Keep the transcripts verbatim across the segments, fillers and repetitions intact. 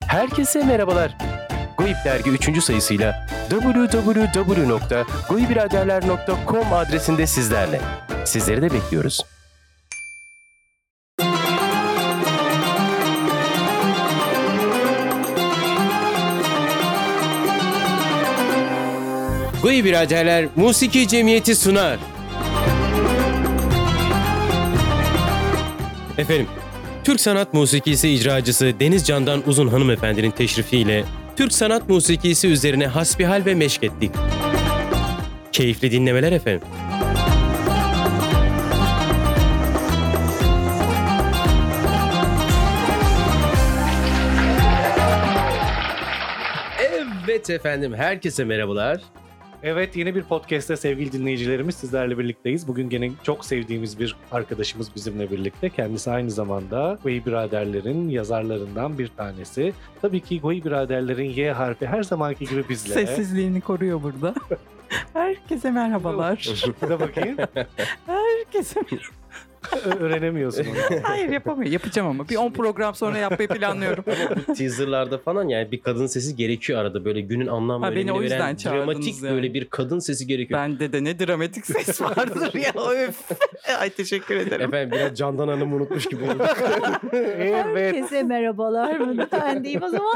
Herkese merhabalar. Goip Dergi üçüncü sayısıyla double-u double-u double-u nokta goibiraderler nokta com adresinde sizlerle. Sizleri de bekliyoruz. Goibiraderler Musiki Cemiyeti sunar. Efendim, Türk sanat musikisi icracısı Deniz Candan Uzun hanımefendinin teşrifiyle Türk sanat musikisi üzerine hasbihal ve meşk ettik. Keyifli dinlemeler efendim. Evet efendim, herkese merhabalar. Evet, yeni bir podcast'te sevgili dinleyicilerimiz sizlerle birlikteyiz. Bugün gene çok sevdiğimiz bir arkadaşımız bizimle birlikte. Kendisi aynı zamanda Goibiraderler'in yazarlarından bir tanesi. Tabii ki Goibiraderler'in Y harfi her zamanki gibi bizle. Sessizliğini koruyor burada. Herkese merhabalar. Bir de bakayım. Herkese Ö- öğrenemiyorsun onu. Hayır yapamıyorum. Yapacağım ama. Bir on program sonra yapmayı planlıyorum. Bu teaserlarda falan yani bir kadın sesi gerekiyor arada. Böyle günün anlam Ha, beni önemini o yüzden veren çağırdınız dramatik yani. böyle bir kadın sesi gerekiyor. Bende de ne dramatik ses vardır ya. Öf. Ay teşekkür ederim. Efendim biraz Candan Hanım'ı unutmuş gibi olduk. Evet, Herkese merhabalar. Ben deyim o zaman.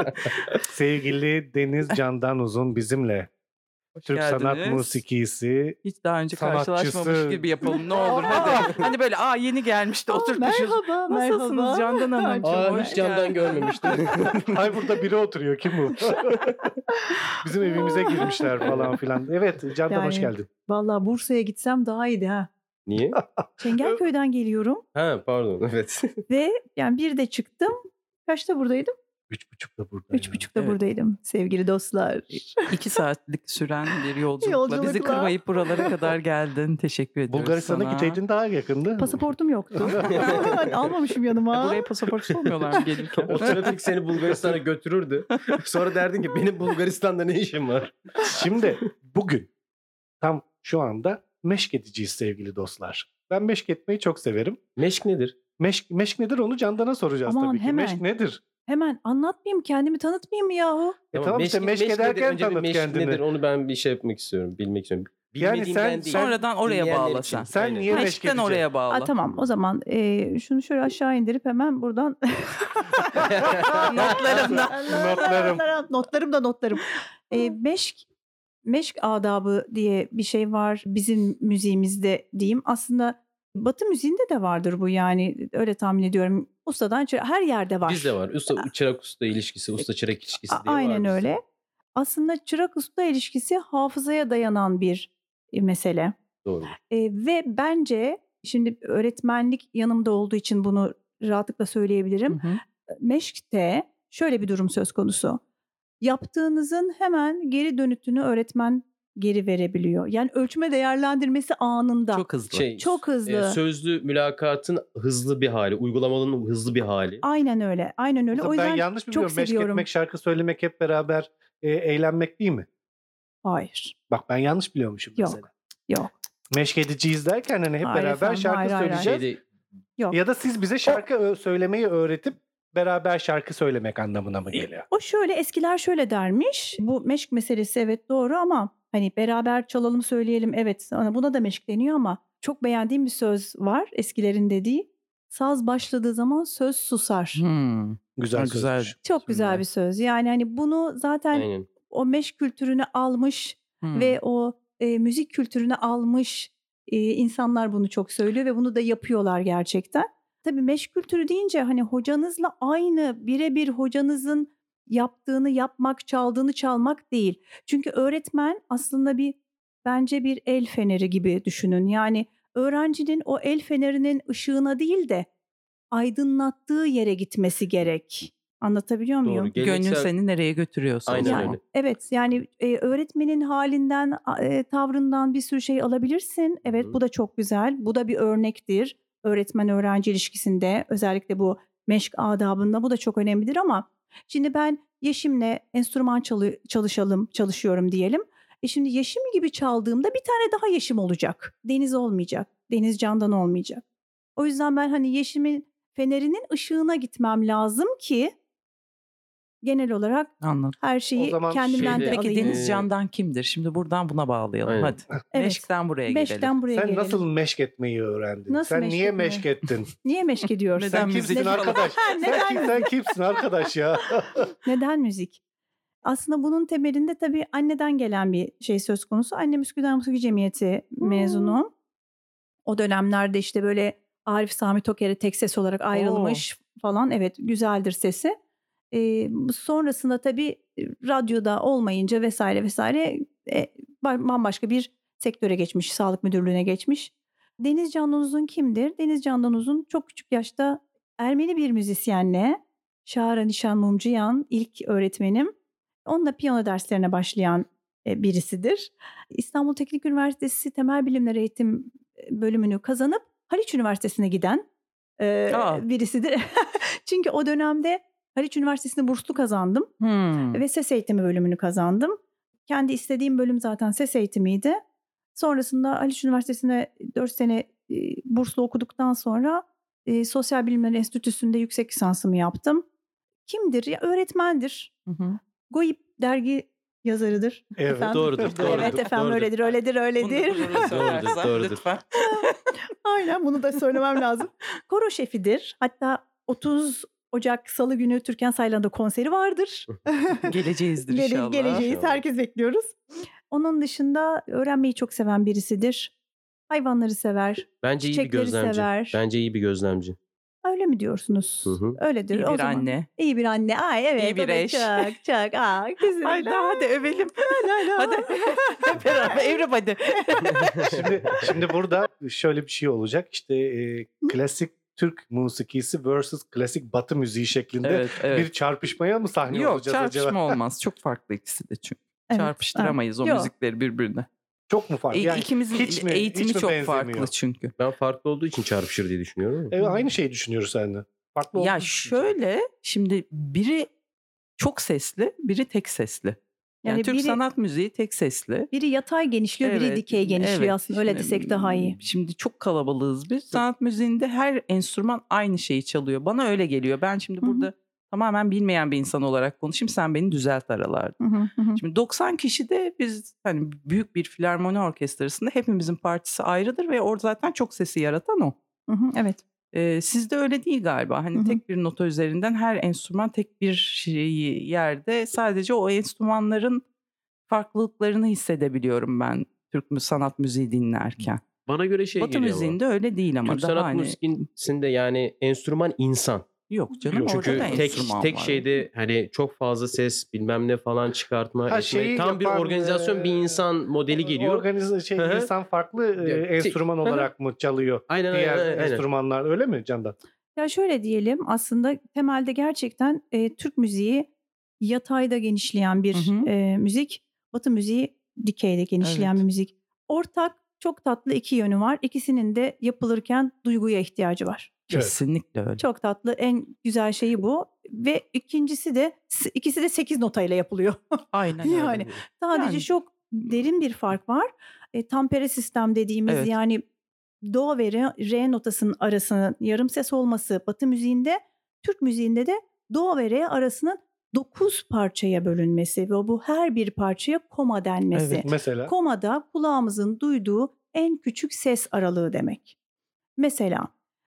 sevgili Deniz Candan Uzun bizimle. Hoş Türk geldiniz. sanat musikisi. Hiç daha önce sanatçısı. karşılaşmamış gibi yapalım ne olur hadi. Hani böyle aa yeni gelmişti Aa, oturtmuşuz. merhaba, Nasılsınız merhaba. Candan Hanımcığım? Aa Hoş hiç Candan geldin. görmemiştim. Ay burada biri oturuyor, kim bu? Bizim evimize girmişler falan filan. Evet, Candan Yani- hoş geldin. Vallahi Bursa'ya gitsem daha iyiydi ha. Niye? Çengelköy'den geliyorum Ha pardon evet. ve yani bir de çıktım. Kaçta buradaydım? Üç buçukta burada. Üç buçukta Evet. buradaydım sevgili dostlar. İki saatlik süren bir yolculukla, Yolculukla. bizi kırmayıp buralara kadar geldin. Teşekkür ediyoruz Bulgaristan'a sana. gitseydin daha yakındı. Pasaportum yoktu. Almamışım yanıma. Buraya pasaport sormuyorlar mı gelirken? O trafik seni Bulgaristan'a götürürdü. Sonra derdin ki benim Bulgaristan'da ne işim var? Şimdi bugün tam şu anda meşk edeceğiz sevgili dostlar. Ben meşk etmeyi çok severim. Meşk nedir? Meşk, meşk nedir onu Candan'a soracağız Aman, tabii ki. hemen. Meşk nedir? Hemen anlatmayayım, kendimi tanıtmayayım mı yahu? E tamam işte meşk ederken nedir? Önce bir tanıt meşk kendini. nedir? Onu ben bir şey yapmak istiyorum. Bilmek istiyorum. Yani Bilmediğimden sen- değil, Sonradan oraya dinleyenler bağla için. sen. Sen Aynen. niye meşk Meşkten edeceksin? oraya bağla. Aa, tamam o zaman e, şunu şöyle aşağı indirip hemen buradan Notlarımda. Notlarım. Notlarım da notlarım. E, meşk meşk adabı diye bir şey var bizim müziğimizde diyeyim. Aslında Batı müziğinde de vardır bu, yani öyle tahmin ediyorum. Ustadan çıra- her yerde var. Bizde var. Usta çırak usta ilişkisi, usta çırak ilişkisi A- diye var Aynen bizde. öyle. Aslında çırak usta ilişkisi hafızaya dayanan bir e, mesele. Doğru. E, ve bence şimdi öğretmenlik yanımda olduğu için bunu rahatlıkla söyleyebilirim. Hı hı. Meşk'te şöyle bir durum söz konusu. Yaptığınızın hemen geri dönütünü öğretmen geri verebiliyor. Yani ölçme değerlendirmesi anında. Çok hızlı. Şey, Çok hızlı. e, sözlü mülakatın hızlı bir hali, uygulamanın hızlı bir hali. Aynen öyle. Aynen öyle. O ben yüzden yanlış mı çok biliyorum? Meşk seviyorum. etmek, şarkı söylemek, hep beraber e, eğlenmek değil mi? hayır. Bak ben yanlış biliyormuşum Yok. mesela. Yok. Meşk edeceğiz derken hani hep Hayır beraber efendim, şarkı hayır, hayır, hayır. söyleyeceğiz. Şeyde, Yok. Ya da siz bize şarkı ö- söylemeyi öğretip beraber şarkı söylemek anlamına mı geliyor? O şöyle, eskiler şöyle dermiş. Bu meşk meselesi evet doğru ama hani beraber çalalım söyleyelim, evet hani buna da meşk deniyor ama çok beğendiğim bir söz var eskilerin dediği. Saz başladığı zaman söz susar. Hmm. Güzel Ha, güzel. güzel. Çok güzel Cümle. bir söz. Yani hani bunu zaten aynen. o meşk kültürünü almış Hmm. ve o e, müzik kültürünü almış e, insanlar bunu çok söylüyor ve bunu da yapıyorlar gerçekten. Tabii meşk kültürü deyince hani hocanızla aynı birebir hocanızın yaptığını yapmak, çaldığını çalmak değil. Çünkü öğretmen aslında bir bence bir el feneri gibi düşünün. Yani öğrencinin o el fenerinin ışığına değil de aydınlattığı yere gitmesi gerek. Anlatabiliyor muyum? Doğru. Gönlün Geleneksel- seni nereye götürüyorsa. o Aynen zaman. Yani, öyle. evet yani e, öğretmenin halinden, a- e, tavrından bir sürü şey alabilirsin. Evet Hı. bu da çok güzel. Bu da bir örnektir. Öğretmen-öğrenci ilişkisinde özellikle bu meşk adabında bu da çok önemlidir ama şimdi ben Yeşim'le enstrüman çalı- çalışalım, çalışıyorum diyelim. E şimdi Yeşim gibi çaldığımda bir tane daha Yeşim olacak. Deniz olmayacak. Deniz Candan olmayacak. O yüzden ben hani Yeşim'in fenerinin ışığına gitmem lazım ki genel olarak Anladım. her O şeyi zaman kendimden şeyde- de Peki alayım. Deniz Can'dan kimdir? Şimdi buradan buna bağlayalım. Aynen. Hadi. Evet. Meşk'ten buraya gelelim. Beşten buraya Sen gelelim. nasıl meşk etmeyi öğrendin? Nasıl Sen meşk niye etmeyi? meşk ettin? Niye meşk ediyorsun? Neden Sen müzik kimsin falan? arkadaş? sen, Neden kim, sen kimsin arkadaş ya? Neden müzik? Aslında bunun temelinde tabii anneden gelen bir şey söz konusu. Annem Üsküdar Musiki Cemiyeti mezunu. O dönemlerde işte böyle Arif Sami Toker'e tek ses olarak ayrılmış falan. Evet, güzeldir sesi. Ee, sonrasında tabii radyoda olmayınca vesaire vesaire e, bambaşka bir sektöre geçmiş, sağlık müdürlüğüne geçmiş. Deniz Candan Uzun kimdir? Deniz Candan Uzun çok küçük yaşta Ermeni bir müzisyenle Şahra Nişan Mumcuyan ilk öğretmenim. Onunla piyano derslerine başlayan e, birisidir. İstanbul Teknik Üniversitesi Temel Bilimler Eğitim bölümünü kazanıp Haliç Üniversitesi'ne giden e, Aa. birisidir. Çünkü o dönemde Haliç Üniversitesi'nde burslu kazandım Hmm. ve ses eğitimi bölümünü kazandım. Kendi istediğim bölüm zaten ses eğitimiydi. Sonrasında Haliç Üniversitesi'nde dört sene e, burslu okuduktan sonra e, Sosyal Bilimler Enstitüsü'nde yüksek lisansımı yaptım. Kimdir? Ya, öğretmendir. Hı hı. Goyip dergi yazarıdır. Evet, efendim. doğrudur, doğrudur. Evet efendim Doğrudur. öyledir, öyledir, Bunu da öyledir. gururla söylersen doğrudur. lütfen. Aynen bunu da söylemem lazım. Koro şefidir. Hatta otuz Ocak Salı günü Türkan Saylan'da konseri vardır. Geleceğizdir Gele- inşallah. Geleceğiz. İnşallah. Herkes bekliyoruz. Onun dışında öğrenmeyi çok seven birisidir. Hayvanları sever. Bence iyi bir Çiçekleri gözlemci. sever. Bence iyi bir gözlemci. Öyle mi diyorsunuz? Hı hı. Öyledir. İyi o bir zaman. anne. İyi bir anne. Ay evet. İyi bir o da eş. Çok çok. Aa, güzel. Haydi hadi övelim. Hadi. Hep beraber Evrim hadi. şimdi şimdi burada şöyle bir şey olacak. İşte e, klasik Türk musikisi versus klasik Batı müziği şeklinde Evet, evet. bir çarpışmaya mı sahne Yok olacağız çarpışma acaba? olmaz. Çok farklı ikisi de çünkü. Evet, Çarpıştıramayız o Yok. müzikleri birbirine. Çok mu farklı? E, Yani İkimizin hiç mi- eğitimi hiç mi çok benzemiyor? farklı çünkü. Ben farklı olduğu için çarpışır diye düşünüyorum. ama. Evet, aynı şeyi düşünüyoruz seninle. Farklı Ya olduğu için. şöyle şimdi biri çok sesli, biri tek sesli. Yani, Yani Türk biri- sanat müziği tek sesli. Biri yatay genişliyor, biri Evet, dikey genişliyor evet. aslında. Öyle Şimdi- desek daha iyi. Şimdi çok kalabalığız biz. Sanat müziğinde her enstrüman aynı şeyi çalıyor. Bana öyle geliyor. Ben şimdi Hı hı. burada tamamen bilmeyen bir insan olarak konuşayım. Sen beni düzelt aralarda. Hı hı hı hı. Şimdi doksan kişi de biz hani büyük bir filarmoni orkestrasında hepimizin partisi ayrıdır ve orada zaten çok sesi yaratan o. Hı hı, evet. Ee, sizde öyle değil galiba. Hani Hı hı. tek bir nota üzerinden her enstrüman tek bir şeyi yerde. Sadece o enstrümanların farklılıklarını hissedebiliyorum ben Türk mü sanat müziği dinlerken. Bana göre şey Batı geliyor ama. müziğinde öyle değil ama Türk daha sanat hani müziğinde yani enstrüman insan. yok canım Yok, orada Çünkü da tek enstrüman tek var. şeyde hani çok fazla ses bilmem ne falan çıkartma Ha, etme. şeyi Tam bir yapan, organizasyon bir e, insan modeli geliyor. Organize şey Hı hı. insan farklı e, Ya, enstrüman hı hı. olarak mı çalıyor? Aynen Diğer aynen aynen. enstrümanlar öyle mi Candan? Ya şöyle diyelim aslında temelde gerçekten e, Türk müziği yatayda genişleyen bir Hı hı. e, müzik. Batı müziği dikeyde genişleyen Evet. bir müzik. Ortak çok tatlı iki yönü var. İkisinin de yapılırken duyguya ihtiyacı var. Evet. Kesinlikle öyle. Çok tatlı en güzel şeyi bu. Ve ikincisi de ikisi de sekiz notayla yapılıyor. Aynen öyle. Yani sadece Yani- çok derin bir fark var. E, tampere sistem dediğimiz Evet. yani do ve re, re notasının arasının yarım ses olması Batı müziğinde, Türk müziğinde de do ve re arasının dokuz parçaya bölünmesi ve bu her bir parçaya koma denmesi. Evet. Mesela Koma da kulağımızın duyduğu en küçük ses aralığı demek. Mesela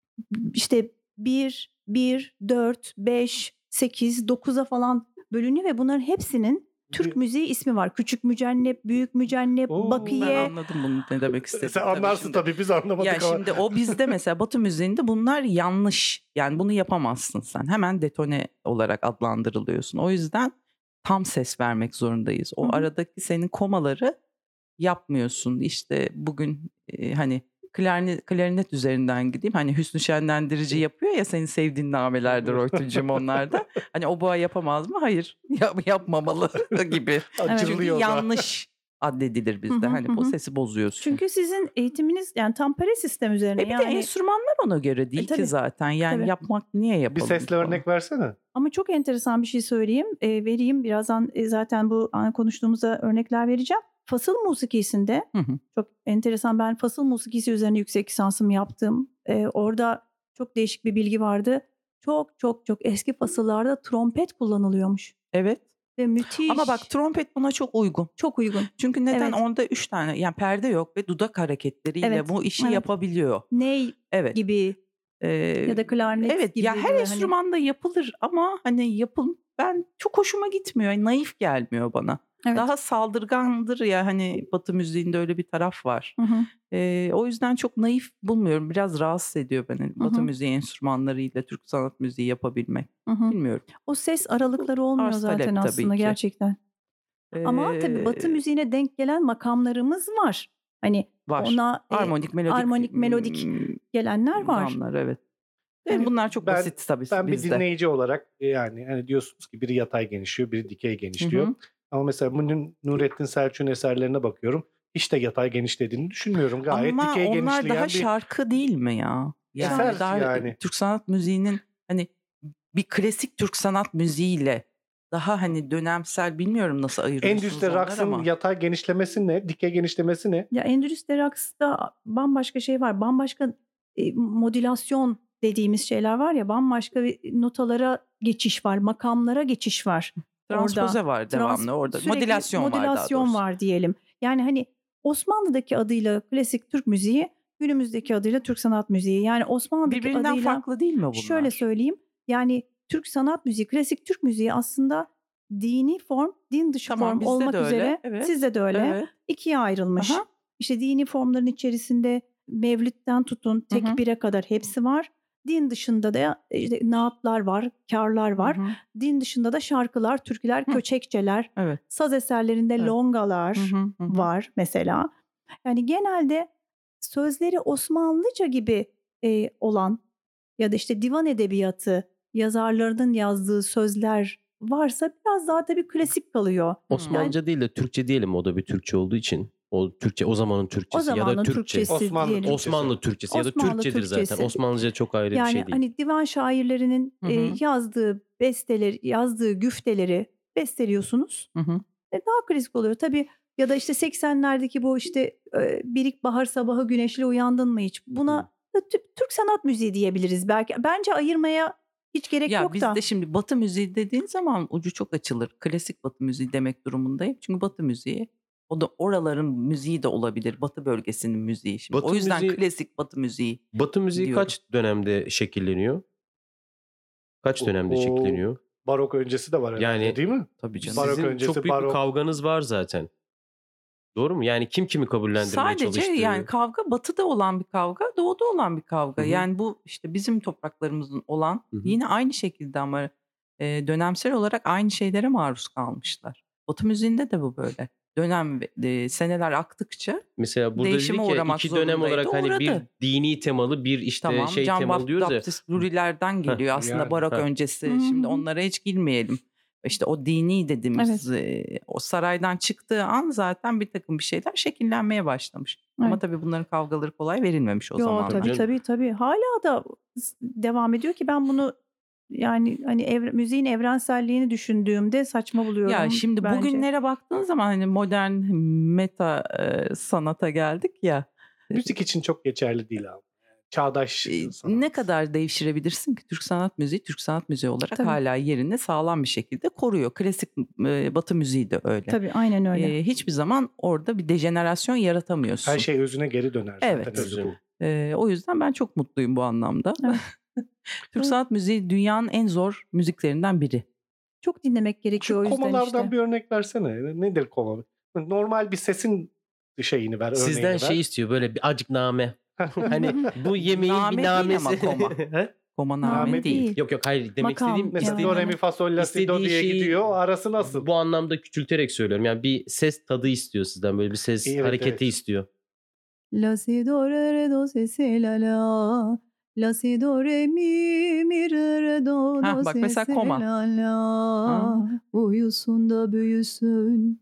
işte bir, bir, dört, beş, sekiz, dokuza falan bölünüyor ve bunların hepsinin Türk Bir- müziği ismi var. Küçük mücennep, büyük mücennep, Oo, Ben bakiye. anladım bunu ne demek istediğini. sen tabii anlarsın şimdi. tabii biz anlamadık Ya ama. şimdi o bizde mesela Batı müziğinde bunlar yanlış. Yani bunu yapamazsın sen. Hemen detone olarak adlandırılıyorsun. O yüzden tam ses vermek zorundayız. O Hı hı. aradaki senin komaları yapmıyorsun. İşte bugün e, hani klarnet, klarnet üzerinden gideyim. Hani Hüsnü Şenlendirici yapıyor ya senin sevdiğin namelerdir Oytuncuğum onlarda. Hani o boğa yapamaz mı? Hayır. Yap, yapmamalı gibi. Çünkü Açılıyor da. yanlış addedilir Hı bizde. hı, Hani hı bu hı. sesi bozuyorsun. Çünkü sizin eğitiminiz yani tampere sistem üzerine E bir de yani enstrümanlar ona göre değil E, tabii. ki zaten. Yani Tabii. yapmak niye Bir yapalım? sesle falan. örnek versene. ama çok enteresan bir şey söyleyeyim. E, vereyim birazdan e, zaten bu an konuştuğumuzda örnekler vereceğim. Fasıl musikisinde Hı hı. çok enteresan. Ben fasıl musikisi üzerine yüksek lisansımı yaptım. Ee, orada çok değişik bir bilgi vardı. Çok çok çok eski fasıllarda trompet kullanılıyormuş. Evet. Ve müthiş. Ama bak trompet buna çok uygun. Çok uygun. Çünkü neden? Evet. Orada üç tane yani perde yok ve dudak hareketleriyle Evet, bu işi evet. yapabiliyor. Ney Evet. gibi Ee, ya da klarnet evet gibi. ya her böyle hani- enstrümanda yapılır ama hani yapıl ben çok hoşuma gitmiyor. Yani naif gelmiyor bana. Evet. Daha saldırgandır ya hani Batı müziğinde öyle bir taraf var. Hı hı. Ee, o yüzden çok naif bulmuyorum. Biraz rahatsız ediyor beni Batı hı. müziği enstrümanlarıyla Türk sanat müziği yapabilmek. Hı hı. Bilmiyorum. O ses aralıkları olmuyor Arz talep zaten tabii aslında ki. gerçekten. Ama tabii Batı Ee, müziğine denk gelen makamlarımız var. Hani var. ona e, Armonik, melodik, armonik, melodik mm, gelenler var. gamlar, evet. E, Evet. bunlar çok Ben- basit tabii Ben bir bizde. dinleyici olarak e, yani hani diyorsunuz ki biri yatay genişliyor, biri dikey genişliyor. Hı hı. Ama mesela bunun Nurettin Selçuk'un eserlerine bakıyorum. Hiç de yatay genişlediğini düşünmüyorum. Gayet Ama dikey onlar genişleyen daha bir şarkı değil mi ya? Yani Eser daha yani. Türk sanat müziğinin hani bir klasik Türk sanat müziğiyle daha hani dönemsel bilmiyorum nasıl ayırıyorsunuz Endüstri onları Rock's'ın ama. yatay genişlemesi ne? Dikey genişlemesi ne? Ya Endüstri Rock'ta bambaşka şey var. Bambaşka e, modülasyon dediğimiz şeyler var ya, bambaşka bir notalara geçiş var, makamlara geçiş var. Transpoze Orada var Trans- devamlı orada. sürekli Modülasyon, var daha modülasyon doğrusu. var diyelim. Yani hani Osmanlı'daki adıyla klasik Türk müziği, günümüzdeki adıyla Türk sanat müziği. Yani Osmanlı'daki Birbirinden adıyla farklı değil mi bunlar? şöyle söyleyeyim. Yani Türk sanat müziği, klasik Türk müziği aslında dini form, din dışı Tamam, form bizde olmak de öyle, üzere evet. sizde de öyle. Evet. ikiye ayrılmış. Aha. İşte dini formların içerisinde Mevlüt'ten tutun tekbire kadar hepsi var. Din dışında da işte naatlar var, kârlar var. Hı hı. Din dışında da şarkılar, türküler, Hı. köçekçeler, Evet. saz eserlerinde Evet. longalar Hı hı, hı hı. var mesela. Yani genelde sözleri Osmanlıca gibi e, olan ya da işte divan edebiyatı yazarlarının yazdığı sözler varsa biraz daha tabii klasik kalıyor. Osmanlıca değil de Türkçe diyelim, o da bir Türkçe olduğu için. O Türkçe, o zamanın Türkçesi O zamanın ya da Türkçe. Türkçesi Osmanlı diyelim. Türkçesi. Osmanlı Türkçesi ya da Osmanlı Türkçedir Türkçesi. zaten. Osmanlıca çok ayrı Yani bir şey değil. hani divan şairlerinin Hı hı. e, yazdığı besteleri, yazdığı güfteleri besteliyorsunuz. Hı hı. E, daha klasik oluyor. Tabii ya da işte seksenlerdeki bu işte e, birik bahar sabahı güneşli uyandın mı hiç? Buna da Tü- Türk sanat müziği diyebiliriz belki. Bence ayırmaya hiç gerek Ya yok da. bizde şimdi Batı müziği dediğin zaman ucu çok açılır. Klasik Batı müziği demek durumundayım. Çünkü Batı müziği o da oraların müziği de olabilir. Batı bölgesinin müziği. Şimdi Batı o yüzden müziği- klasik Batı müziği. Batı müziği diyorum. kaç dönemde şekilleniyor? Kaç O- dönemde o- şekilleniyor? Barok öncesi de var herhalde Yani- değil mi? Tabii canım. Barok Sizin öncesi, çok büyük barok. bir kavganız var zaten. Doğru mu? Yani kim kimi kabullendirmeye Sadece çalıştığı. yani kavga batıda olan bir kavga, doğuda olan bir kavga. Hı hı. Yani bu işte bizim topraklarımızın olan Hı hı. yine aynı şekilde ama e, dönemsel olarak aynı şeylere maruz kalmışlar. Batı müziğinde de bu böyle. Dönem ve- e, seneler aktıkça Mesela burada değişime dedik ya uğramak iki dönem zorundaydı, olarak hani bir uğradı. dini temalı, bir işte tamam şey Can temalı Bap- diyoruz ya. Baptist Lurilerden geliyor aslında yani, barok ha. öncesi. Hı Şimdi hı. onlara hiç girmeyelim. İşte o dini dediğimiz e, o saraydan çıktığı an zaten bir takım bir şeyler şekillenmeye başlamış. Ama Evet. tabii bunların kavgaları kolay verilmemiş o Yo, zamanlar. tabii canım. tabii tabii. Hala da s- devam ediyor ki ben bunu yani hani evre- müziğin evrenselliğini düşündüğümde saçma buluyorum. Ya şimdi bence. bugünlere baktığın zaman hani modern meta e, sanata geldik ya. Müzik için çok geçerli değil abi. Çağdaş E, sanat. ne kadar devşirebilirsin ki Türk sanat müziği Türk sanat müziği olarak Tabii. hala yerini sağlam bir şekilde koruyor. Klasik e, Batı müziği de öyle. Tabii aynen öyle. E, hiçbir zaman orada bir dejenerasyon yaratamıyorsun. Her şey özüne geri döner zaten. Evet. Özü bu. E, o yüzden ben çok mutluyum bu anlamda. Evet. Türk Evet. sanat müziği dünyanın en zor müziklerinden biri. Çok dinlemek gerekiyor o Şu yüzden komalardan işte. bir örnek versene. Nedir koma? Normal bir sesin şeyini ver, örneğini Sizden ver. şey istiyor, böyle bir acık name. Hani bu yemeğin Name bir değil namesi. ama koma. He? Koma Name name değil. değil. Yok yok, hayır, demek Makam. istediğim Mesela Yani. do, re, mi, fa, sol, la, si, do İstediği diye şeyi- gidiyor. Arası nasıl? bu anlamda küçülterek söylüyorum. Yani bir ses tadı istiyor sizden, böyle bir ses Evet, hareketi evet. istiyor. La si do re re do si si la la. La si do re mi mi re re do Hah, do bak si mesela si koma. la la. Aa. Uyusun da büyüsün.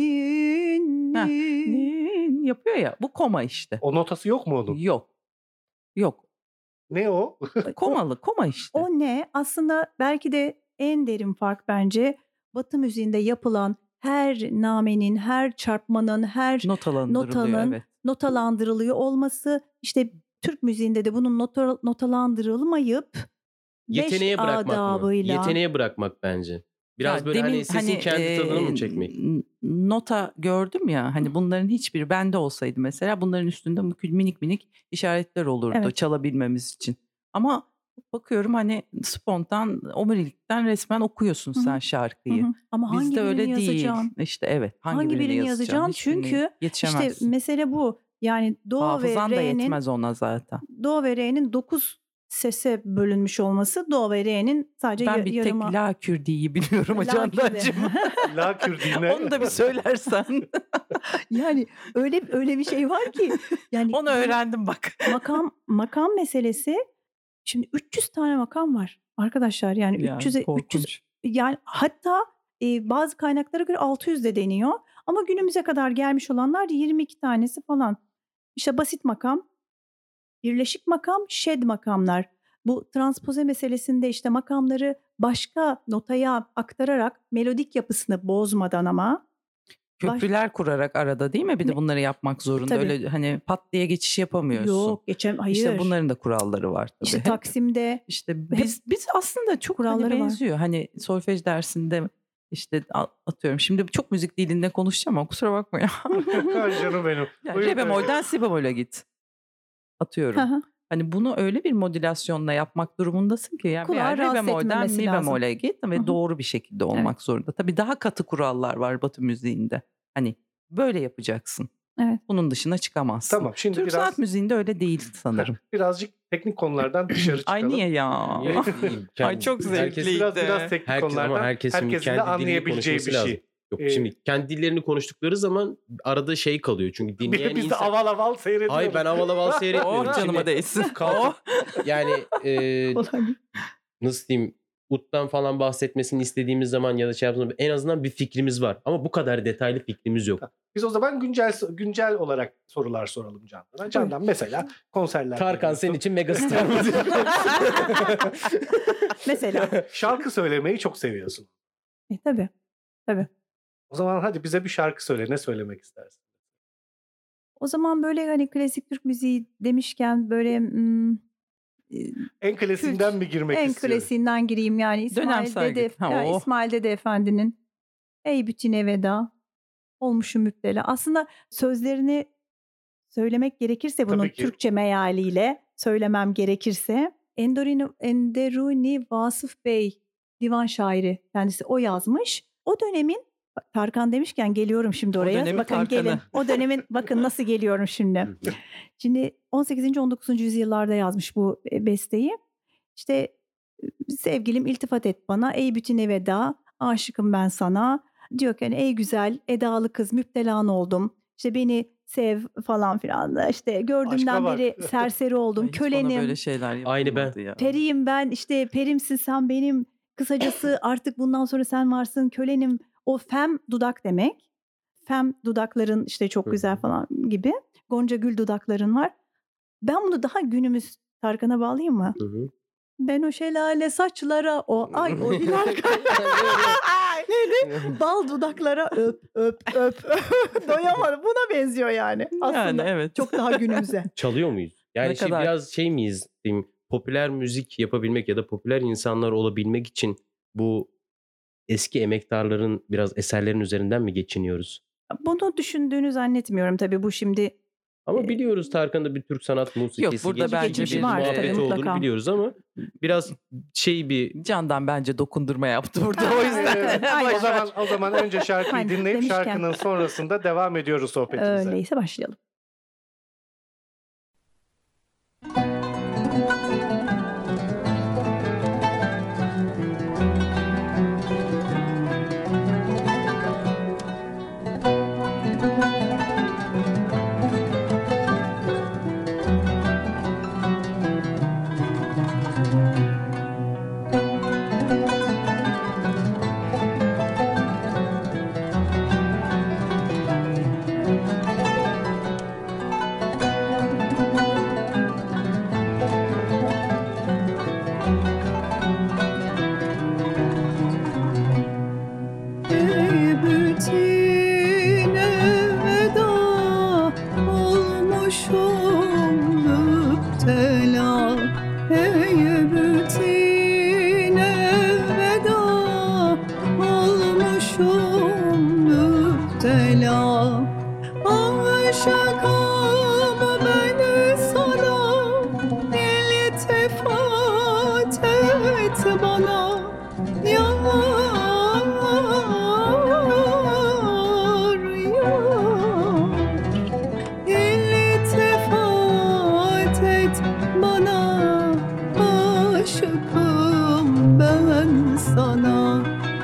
Nin Heh, nin. nin yapıyor ya. Bu koma işte. O notası yok mu onun? Yok. Yok. Ne o? Komalı. Koma işte. O ne? Aslında belki de en derin fark bence Batı müziğinde yapılan her namenin, her çarpmanın, her Notalandırılıyor. notanın Evet. notalandırılıyor olması, işte Türk müziğinde de bunun nota, notalandırılmayıp Yeteneğe beş bırakmak mı? adabıyla Yeteneğe bırakmak bence. Biraz Ya böyle demin hani sesin kendi e, tadını mı çekmek? n- nota gördüm ya, hani bunların hiçbiri bende olsaydı mesela bunların üstünde mükü- minik minik işaretler olurdu Evet. çalabilmemiz için. Ama bakıyorum hani spontan omurilikten resmen okuyorsun Hı hı. sen Hı şarkıyı. hı. Ama hangi Bizde birini öyle değil. yazacaksın? İşte evet, hangi, Hangi birini birini yazacaksın? yazacaksın? Hiçbirine Çünkü işte yetişemezsin. mesele bu. Yani do ve Hafızan da re'nin yetmez ona zaten. do ve re'nin dokuz sese bölünmüş olması, do ve re'nin sadece Ben ya- bir yarıma. tek la kürdiyi biliyorum La Candancığım. kürdi. La Kürdine. Onu da bir söylersen. Yani öyle öyle bir şey var ki yani Onu bu öğrendim bak. makam makam meselesi. Şimdi üç yüz tane makam var arkadaşlar. Yani Yani üç yüz üç yüz korkunç. yani hatta e, bazı kaynaklara göre altı yüz de deniyor. Ama günümüze kadar gelmiş olanlar yirmi iki tanesi falan. İşte basit makam, birleşik makam, şed makamlar. Bu transpoze meselesinde işte makamları başka notaya aktararak melodik yapısını bozmadan ama baş- Köprüler kurarak arada değil mi? Bir de Ne- bunları yapmak zorunda. Tabii. Öyle hani pat diye geçiş yapamıyorsun. yok geçem hayır. İşte bunların da kuralları var tabii. İşte Hep- Taksim'de İşte biz biz aslında çok hani kuralları var. benziyor. Hani solfej dersinde işte a- atıyorum. Şimdi çok müzik dilinde konuşacağım ama kusura bakma ya. Ay canım benim. Yani Buyurun re bemolden si bemole git. Atıyorum. Hı hı. Hani bunu öyle bir modülasyonla yapmak durumundasın ki yani Kulağı veya re rahatsız bemolden etmemesi mi lazım. bemole git ve Hı hı. doğru bir şekilde olmak zorunda. Tabii daha katı kurallar var Batı müziğinde. Hani böyle yapacaksın. Evet. Bunun dışına çıkamazsın. Tamam, şimdi Türk biraz- sanat müziğinde öyle değil sanırım. Birazcık teknik konulardan dışarı çıkalım. Ay niye ya? Niye değil? Ay çok Herkes- zevkliydi. Biraz biraz teknik Herkes, konulardan ama herkesin, herkesin kendi de dilini anlayabileceği bir konuşması şey. lazım. Yok, Ee, şimdi kendi dillerini konuştukları zaman arada şey kalıyor. Çünkü Bir dinleyen de biz de insan... aval aval seyrediyoruz. Hayır, ben aval aval seyretmiyorum. Oh canıma Şimdi değsin. kalkıp yani e, Olabilir. nasıl diyeyim, Ut'tan falan bahsetmesini istediğimiz zaman ya da şey yaptığımız en azından bir fikrimiz var. Ama bu kadar detaylı fikrimiz yok. Biz o zaman güncel güncel olarak sorular soralım Candan'a. Candan mesela konserler. Tarkan senin için megastar mı? Mesela. Şarkı söylemeyi çok seviyorsun. E, tabii. Tabii. O zaman hadi bize bir şarkı söyle. Ne söylemek istersin? O zaman böyle hani klasik Türk müziği demişken böyle hmm, e, En klasiğinden Kült, mi girmek en istiyorum? klasiğinden gireyim yani İsmail Dönemsel Dede, git. Ha, yani o. İsmail Dede Efendi'nin Ey bütüne veda olmuşum müptela. Aslında sözlerini söylemek gerekirse bunun Tabii ki. Türkçe mealiyle söylemem gerekirse Enderuni, Enderuni Vasıf Bey divan şairi kendisi o yazmış. O dönemin Tarkan demişken geliyorum şimdi O oraya. dönemin Bakın Tarkan'ı. gelin. O dönemin bakın nasıl geliyorum şimdi. Şimdi on sekizinci on dokuzuncu yüzyıllarda yazmış bu e, besteyi. İşte e, sevgilim iltifat et bana, ey bütüne veda, aşıkım ben sana. Diyor ki hani ey güzel edalı kız müptelan oldum. İşte beni sev falan filan. İşte gördüğümden Aşka bak. beri serseri oldum. Ay, hiç bana Kölenim, böyle şeyler Aynı ben. yapılmadı ya. periyim ben, işte perimsin sen benim. Kısacası artık bundan sonra sen varsın, kölenim. O fem dudak demek. Fem dudakların işte çok Hı güzel hı. falan gibi. Gonca gül dudakların var. Ben bunu daha günümüz Tarkan'a bağlayayım mı? Hı hı. Ben o şelale saçlara, o ay o hilal neydi? Bal dudaklara öp öp öp. Doyamadım. Buna benziyor yani. Aslında Yani evet. çok daha günümüze. Çalıyor muyuz? Yani Ne şey, kadar? biraz şey miyiz diyeyim, popüler müzik yapabilmek ya da popüler insanlar olabilmek için bu eski emektarların biraz eserlerin üzerinden mi geçiniyoruz? Bunu düşündüğünü zannetmiyorum tabii bu şimdi. Ama biliyoruz Tarkan'da bir Türk sanat musikisi Yok, burada geçmişi, bence bir bir muhabbeti tabii, olduğunu mutlaka. biliyoruz ama biraz şey bir Candan bence dokundurma yaptı burada o yüzden. Ee, Aynen. o zaman o zaman önce şarkıyı Aynen, dinleyip demişken. şarkının sonrasında devam ediyoruz sohbetimize. Öyleyse başlayalım. et bana yar yar. İltifat et bana, aşıkım ben sana.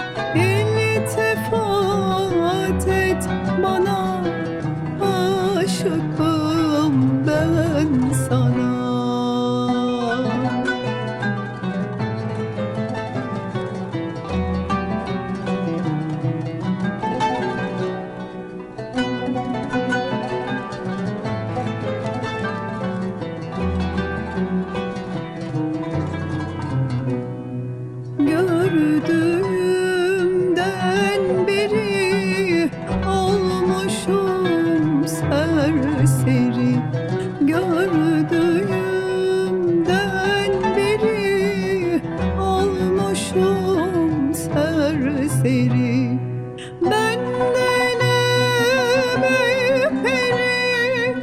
İltifat et bana, aşıkım ben sana. Gördüğümden beri olmuşum serseri. Gördüğümden beri olmuşum serseri. Benden eperi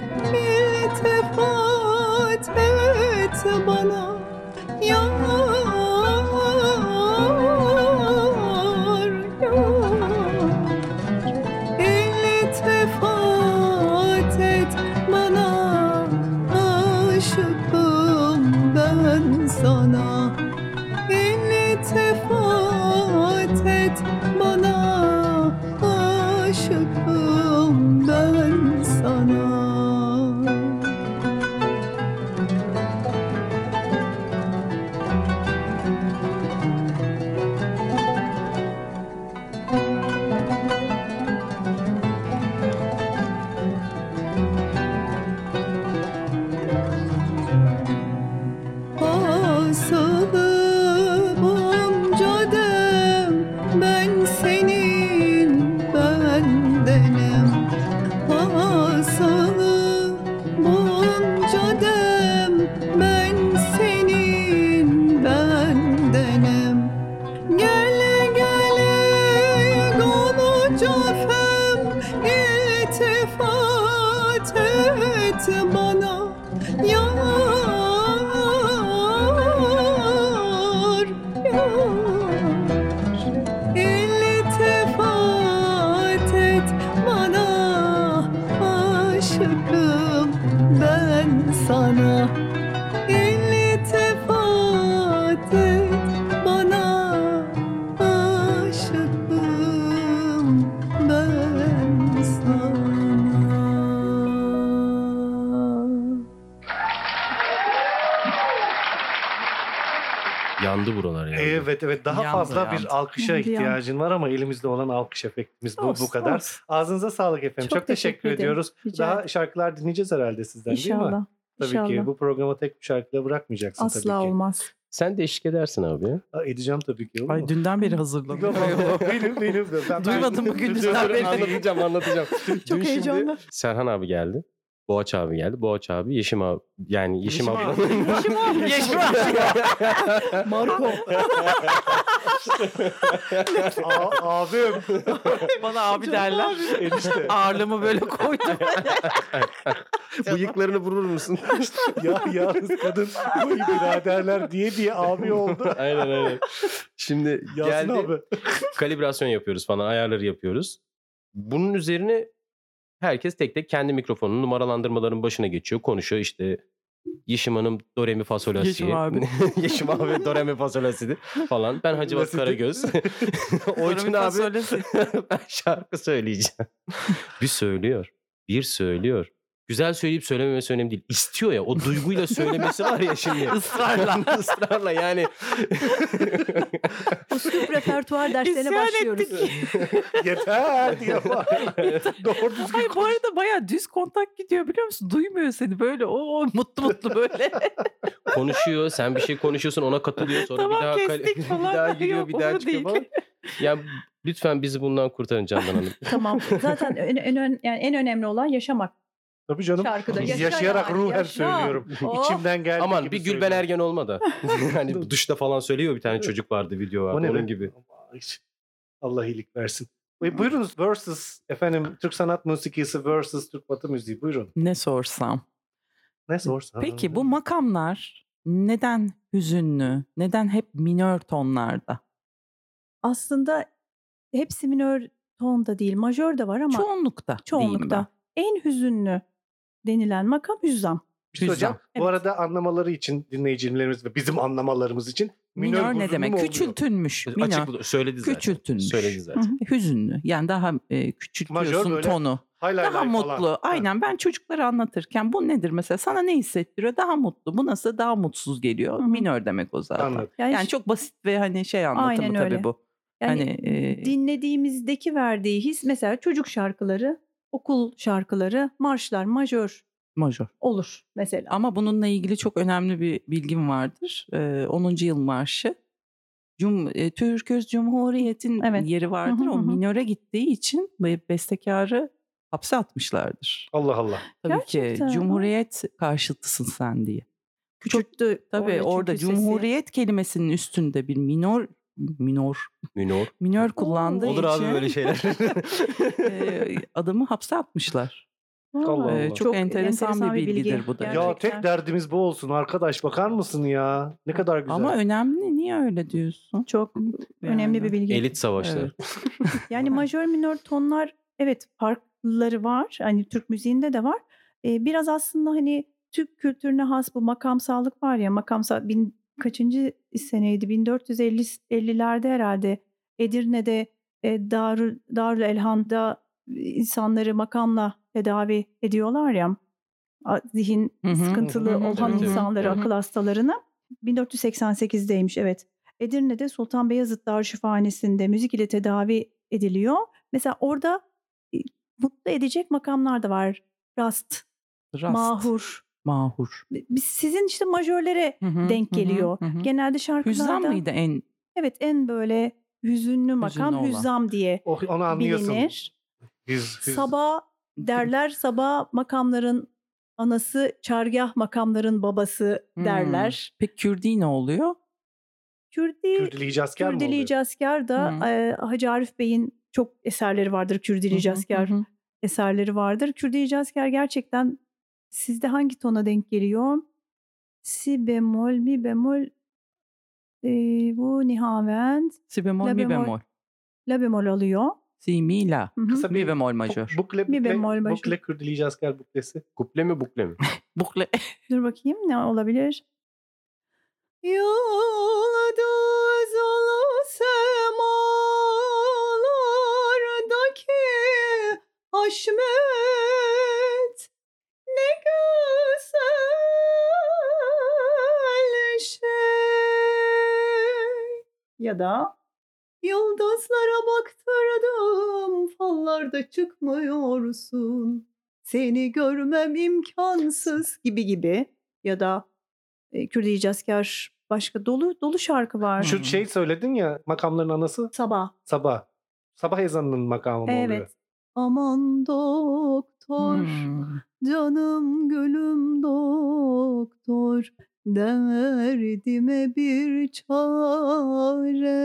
iltifat et bana yar yar. İltifat et bana, aşıkım ben sana. İltifat et bana, aşıkım ben sana. Asılı bunca dem ben senin bendenim. Asılı bunca dem ben senin bendenim. Gel gel Gonca fem iltifat et bana yar yar. İltifat et bana, aşıkım ben sana. İltifat et bana, aşıkım ben sana. Yandı buralar yani. Evet evet daha Yandı, fazla yandı. bir alkışa Yandı, yandı. ihtiyacın var ama elimizde olan alkış efektimiz bu, Olsun, bu kadar. olsun. Ağzınıza sağlık efendim. Çok, Çok teşekkür, teşekkür ederim. ediyoruz. Rica Daha ederim. şarkılar dinleyeceğiz herhalde sizden değil mi? İnşallah. Tabii İnşallah. ki bu programı tek bir şarkıyla bırakmayacaksın Asla tabii ki. olmaz. Sen de eşlik edersin abi ya. Aa, edeceğim tabii ki. olur Ay mu? dünden beri hazırlanıyorum. benim benim de. Ben, Duymadım bugün Dur, dünden dur, beri. anlatacağım anlatacağım. Dün Çok şimdi heyecanlı. Serhan abi geldi. Boğaç abi geldi. Boğaç abi, Yeşim abi. Yani Yeşim, Yeşim abla. abi. Yeşim abi. Yeşim abi. Marco. A- abim. Bana abi derler. Enişte. Ağırlığımı böyle koydum. Bıyıklarını vurur musun? Ya yalnız kadın bu biraderler diye diye abi oldu. aynen aynen. Şimdi Yasin geldi. abi. Kalibrasyon yapıyoruz falan. Ayarları yapıyoruz. Bunun üzerine herkes tek tek kendi mikrofonunun numaralandırmaların başına geçiyor. Konuşuyor işte. Yeşim Hanım do re mi fa sol la si. Yeşim abi. Yeşim abi do re mi fa sol la si'di falan. Ben Hacivat Lasiti. Karagöz. Oytun abi ben şarkı söyleyeceğim. Bir söylüyor. Bir söylüyor. Güzel söyleyip söylememesi önemli değil. İstiyor ya, o duyguyla söylemesi var ya şimdi. Israrla. Israrla yani. Uslub repertuar derslerine İsyan başlıyoruz. Yeter diye var. Doğru düzgün Ay bu arada bayağı düz kontak gidiyor biliyor musun? Duymuyor seni böyle. O mutlu mutlu böyle. Konuşuyor, sen bir şey konuşuyorsun, ona katılıyor, sonra Tamam, bir daha kal- kestik bir falan. daha giriyor, Yok, bir daha onu çıkıyor değil. falan. Yani lütfen bizi bundan kurtarın Candan Hanım. Tamam. Zaten en, en, ön- yani en önemli olan yaşamak. Tabii canım. Şarkıda yaşa Yaşayarak yani, ruhen yaşa. söylüyorum. Oh. İçimden geldiği Aman gibi bir Gülben söylüyorum. Ergen olma da. Hani duşta falan söylüyor, bir tane çocuk vardı, video vardı, O ne onun be? gibi. Allah iyilik versin. Buyur- Buyurunuz versus efendim Türk sanat musikisi versus Türk batı müziği. Buyurun. Ne sorsam. Ne sorsan. Peki bu makamlar neden hüzünlü? Neden hep minör tonlarda? Aslında hepsi minör tonda değil, majör de var ama Çoğunlukta diyeyim ben. çoğunlukta en hüzünlü denilen makam hüzzam. Bir şey söyleyeceğim. Hüzzam. Bu Evet. arada anlamaları için, dinleyicilerimiz ve bizim anlamalarımız için minör, Minör ne hüzünlü demek? mü oluyor? Küçültülmüş. Minör. Açık söyledi zaten. Küçültülmüş. Söyledi zaten. Hı hı. Hüzünlü. Yani daha e, küçültüyorsun Majör böyle tonu. Hay lay Daha lay mutlu. falan. Ha. Aynen, ben çocuklara anlatırken bu nedir mesela? Sana ne hissettiriyor? Daha mutlu. Bu nasıl? Daha mutsuz geliyor. Hı hı. Minör demek o zaten. Anladım. Yani, Yani çok basit ve hani şey anlatımı Aynen tabii öyle. bu. yani Hani e, dinlediğimizdeki verdiği his mesela çocuk şarkıları, okul şarkıları, marşlar majör majör. olur mesela. Ama bununla ilgili çok önemli bir bilgim vardır. Ee, onuncu yıl marşı. Cum, e, Türküz Cumhuriyet'in Evet. yeri vardır. Hı hı O hı. minöre gittiği için be- bestekarı hapse atmışlardır. Allah Allah. Tabii Gerçekten, ki ha. Cumhuriyet karşıtısın sen diye. Küçülttü. Tabii orada çünkü sesi. Cumhuriyet kelimesinin üstünde bir minor minor Minor. minör kullandığı Olur için abi böyle şeyler. e, adamı hapse atmışlar. Vay, Allah Ee, Allah. çok enteresan bir bilgidir bu da. Ya gerçekten. tek derdimiz bu olsun arkadaş, bakar mısın ya? Ne kadar güzel. Ama önemli. Niye öyle diyorsun? Çok önemli Yani. bir bilgi. Elit savaşları. Evet. Yani majör minör tonlar evet farkları var. Hani Türk müziğinde de var. Ee, biraz aslında hani Türk kültürüne has bu makamsallık var ya, makamsal bin kaçıncı seneydi? bin dört yüz ellilerde herhalde Edirne'de e, Darül, Darül Elhan'da insanları makamla tedavi ediyorlar ya. A- Zihin Hı hı. sıkıntılı Hı hı. olan Evet, evet. insanları, Evet. akıl hastalarını. bin dört yüz seksen sekizdeymiş evet. Edirne'de Sultan Beyazıt Darüşşafanesi'nde müzik ile tedavi ediliyor. Mesela orada e, mutlu edecek makamlar da var. Rast, Rast. mahur. Mahur. Biz sizin işte majörlere Hı hı, denk hı hı, geliyor. hı hı. Genelde şarkılarda Hüzzam mıydı en? evet en böyle hüzünlü makam olan. hüzzam diye O- onu anlıyorsun. bilinir. Hüz, hüz. Sabah derler, sabah makamların anası, çargah makamların babası Hmm. derler. Peki Kürdi ne oluyor? Kürdi, Kürdili Hicazkar mı Kürdili oluyor? Hicazkar da Hı. e, Hacı Arif Bey'in çok eserleri vardır. Kürdili Hı hı, Hicazkar hı hı. eserleri vardır. Kürdili Hicazkar gerçekten sizde hangi tona denk geliyor? Si bemol, mi bemol, e, bu nihavend, Si bemol, La mi bemol. bemol. la bemol alıyor. Si, mi, la. Hı hı. Kısa Mi bir bemol bu- majör. Bukle, Mi bukle, bemol majör. bukle Kürdili Hicazkar buklesi. Kuple mi bukle mi? Bukle. Dur bakayım ne olabilir? Yıldız ulu semalardaki Haşmet ne güzel şey. Ya da yıldızlara baktırdım fallarda çıkmıyorsun. Seni görmem imkansız gibi gibi. Ya da e, Kürdili Hicazkar başka dolu dolu şarkı var. Şu Hı. şey söyledin ya, makamların anası Sabah. sabah. Sabah ezanının makamı mı oluyor? Evet. Aman doktor, Hmm. canım gülüm doktor, derdime bir çare.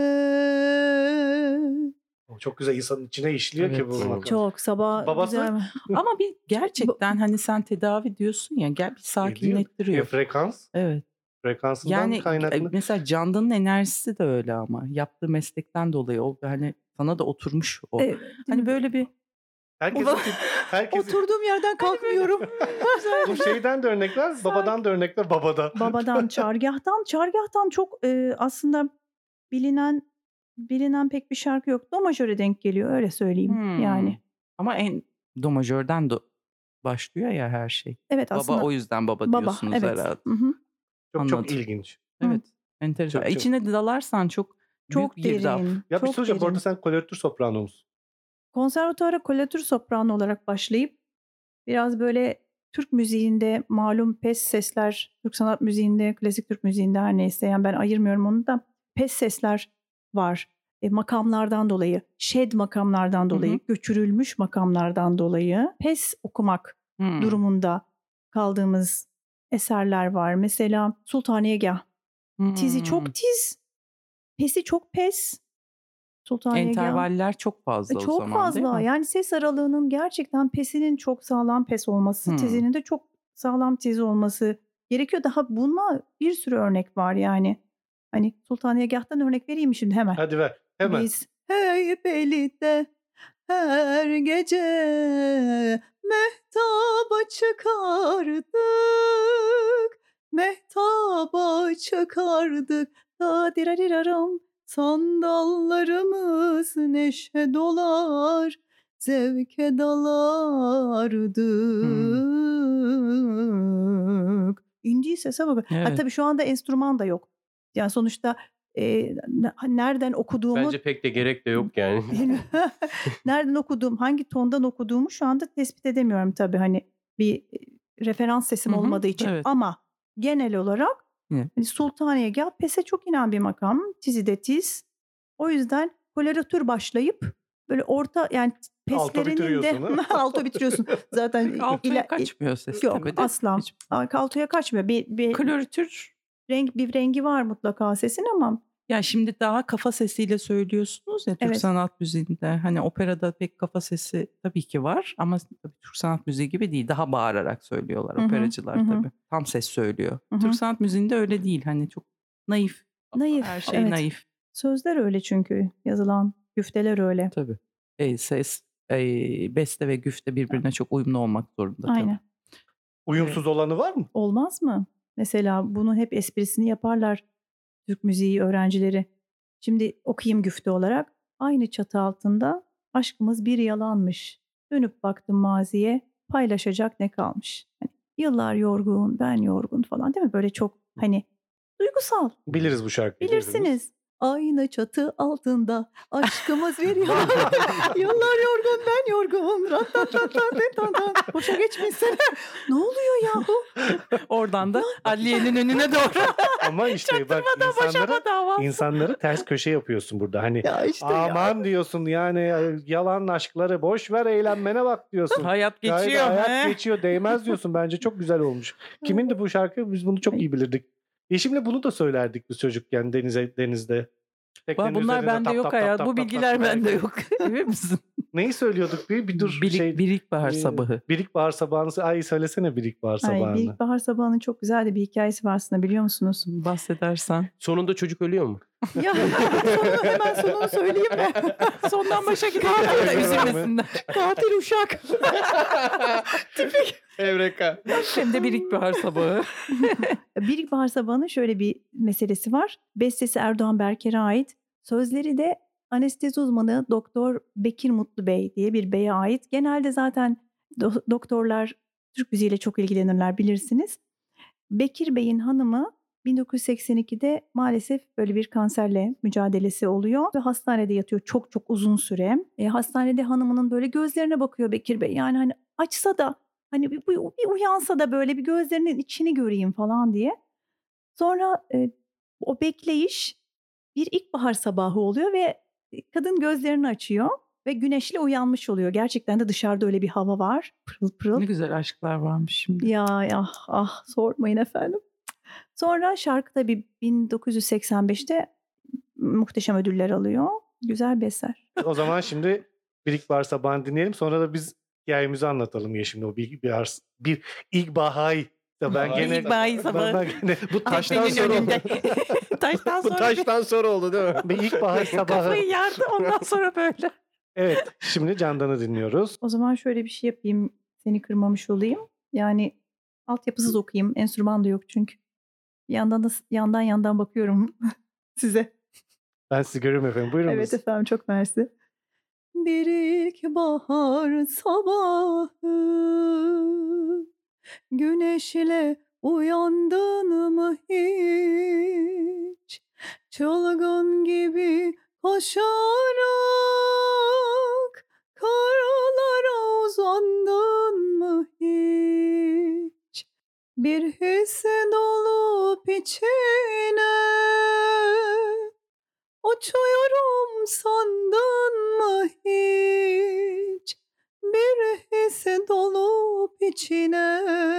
O çok güzel, insanın içine işliyor ki Evet. bu makam. Çok sabah Babası? güzel. Ama bir gerçekten hani sen tedavi diyorsun ya, gel bir E, sakinlettiriyor. frekans, Evet. frekansından Yani kaynaklı. e, mesela Candan'ın enerjisi de öyle ama yaptığı meslekten dolayı o hani sana da oturmuş o. Evet, Hani böyle bir Herkesin, herkesin oturduğum yerden kalkmıyorum. bu şeyden de örnekler, babadan da örnekler, babada. Babadan, çargahtan, çargahtan çok e, aslında bilinen bilinen pek bir şarkı yok. Do majöre denk geliyor öyle söyleyeyim Hmm. yani. Ama en do majörden do başlıyor ya her şey. Evet Baba aslında o yüzden baba, baba diyorsunuz evet. herhalde. Hı hı. Çok çok Anladım. ilginç. Evet. Enteresan. Çok, çok. İçine dalarsan çok Çok büyük girdap. derin. Ya bir çok soracağım, bu arada derin. sen koloratür soprano musun? Konservatuvara koloratür soprano olarak başlayıp biraz böyle Türk müziğinde malum pes sesler, Türk sanat müziğinde, klasik Türk müziğinde her neyse yani ben ayırmıyorum onu da pes sesler var. E, makamlardan dolayı, şed makamlardan dolayı, Hı hı. göçürülmüş makamlardan dolayı pes okumak Hmm. durumunda kaldığımız eserler var. Mesela Sultaniyegah. Tizi Hmm. çok tiz, pesi çok pes. Sultaniyegah. Entervaller çok E, fazla o Çok zaman değil fazla. mi? Yani ses aralığının gerçekten pesinin çok sağlam pes olması, Hmm. tizinin de çok sağlam tiz olması gerekiyor. Daha buna bir sürü örnek var yani. Hani Sultaniyegah'tan örnek vereyim mi şimdi hemen? Hadi ver. Hemen. Biz Heybeli'de her gece mehtaba çıkardık, mehtaba çıkardık. Da dirariraram, sandallarımız neşe dolar, zevke dalardık. Hmm. İndiği sese bak. Evet. Ha, tabii şu anda enstrüman da yok. Yani sonuçta e, nereden okuduğumu Bence pek de gerek de yok yani. nereden okuduğum, hangi tondan okuduğumu şu anda tespit edemiyorum tabii hani bir referans sesim Hı hı, olmadığı için. evet. Ama genel olarak Evet. hani Sultaniyegah pese çok inen bir makam. Tizi de tiz. O yüzden koloratür başlayıp böyle orta yani Alto peslerinin bitiriyorsun, de ha? alto bitiriyorsun. Zaten Altoya ila- kaçmıyor ses Yok tabii de. asla. Hiç- Altoya kaçmıyor. Bir, bir Kloritür renk bir rengi var mutlaka sesin ama ya şimdi daha kafa sesiyle söylüyorsunuz ya Türk Evet. sanat müziğinde. Hani operada pek kafa sesi tabii ki var ama tabii Türk sanat müziği gibi değil. Daha bağırarak söylüyorlar Hı hı, operacılar hı hı. tabii. Tam ses söylüyor. Hı hı. Türk sanat müziğinde öyle değil. Hani çok naif. Naif, Her şey evet. naif. Sözler öyle çünkü yazılan güfteler öyle. Tabii. E, ses, e, beste ve güfte birbirine çok uyumlu olmak zorunda tabii. Aynen. Uyumsuz olanı var mı? Olmaz mı? Mesela bunu hep esprisini yaparlar Türk müziği öğrencileri. Şimdi okuyayım güfte olarak. Aynı çatı altında aşkımız bir yalanmış. Dönüp baktım maziye, paylaşacak ne kalmış. Hani yıllar yorgun, ben yorgun falan değil mi? Böyle çok hani duygusal. Biliriz bu şarkıyı. Bilirsiniz. Aynı çatı altında aşkımız bir yalan. Yıllar yorgun, ben yorgun. Rat-tat-tat-tat-tat-tat. Boşa geçmişsene. Ne oluyor yahu? Oradan da adliyenin önüne doğru. Ama işte bak Çaktırmadan insanları, boşanma davası. insanları ters köşe yapıyorsun burada. Hani Ya işte ya. aman diyorsun yani yalan aşkları boş ver eğlenmene bak diyorsun. Hayat Gayet geçiyor. hayat he? geçiyor değmez diyorsun. Bence çok güzel olmuş. Kimindi bu şarkı? Biz bunu çok iyi bilirdik. Eşimle bunu da söylerdik biz çocukken denize denizde. Teknenin Bunlar üzerinde bende tap yok tap hayat. tap Bu tap tap bilgiler tap. bende yok. Emin misin? Neyi söylüyorduk bir? Bir dur Birik, şey. Birikbahar e, sabahı. Birikbahar sabahını. Ay söylesene Birikbahar Ay, sabahını. Birikbahar Sabahı'nın çok güzel de bir hikayesi var aslında biliyor musunuz? Bahsedersen. Sonunda çocuk ölüyor mu? Ya sonunu, hemen sonunu söyleyeyim mi? Sondan başa Katil gidiyor. mi? Üzülmesinler. Katil uşak. Tipik. Evreka. Hem de Birikbahar sabahı. Birikbahar Sabahı'nın şöyle bir meselesi var. Bestesi Erdoğan Berker'e ait. Sözleri de anestezi uzmanı Doktor Bekir Mutlu Bey diye bir beye ait. Genelde zaten do- doktorlar Türk müziğiyle çok ilgilenirler bilirsiniz. Bekir Bey'in hanımı bin dokuz yüz seksen ikide maalesef böyle bir kanserle mücadelesi oluyor ve hastanede yatıyor çok çok uzun süre. E, hastanede hanımının böyle gözlerine bakıyor Bekir Bey. Yani hani açsa da hani bir, bir, bir uyansa da böyle bir gözlerinin içini göreyim falan diye. Sonra e, o bekleyiş bir ilkbahar sabahı oluyor ve kadın gözlerini açıyor ve güneşli uyanmış oluyor. Gerçekten de dışarıda öyle bir hava var. Pırıl pırıl. Ne güzel aşklar varmış şimdi. Ya ya ah sormayın efendim. Sonra şarkı tabii bin dokuz yüz seksen beşte muhteşem ödüller alıyor. Güzel bir eser. O zaman şimdi Birikbahar sabahını dinleyelim. Sonra da biz hikayemizi anlatalım ya şimdi o bir bir, bir ilkbahar. Ben gene İlkbahar sabahı. ben, ben gene Bu taştan Senin sonra önünde. Taştan Bu sonra taştan sonra oldu değil mi? bir ilkbahar sabahı. kafayı yardı ondan sonra böyle. Evet, şimdi Candan'ı dinliyoruz. O zaman şöyle bir şey yapayım. Seni kırmamış olayım. Yani altyapısız okuyayım. Enstrüman da yok çünkü. Bir yandan da yandan yandan bakıyorum size. Ben sizi görüyorum efendim. Buyurunuz. Evet efendim çok mersi. Bir ilkbahar sabahı güneşle uyandın mı hiç? Çılgın gibi koşarak karlara uzandın mı hiç? Bir his dolup içine uçuyorum sandın mı hiç? Bir his dolup içine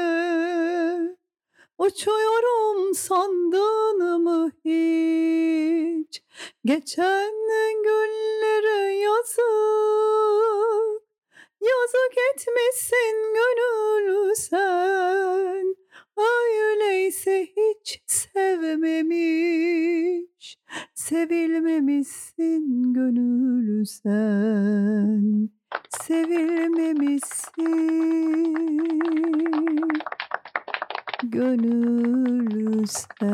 uçuyorum sandın mı hiç? Geçen günlere yazık, yazık etmişsin gönül sen. Ay öyleyse hiç sevmemiş, sevilmemişsin gönül sen, sevilmemişsin gönül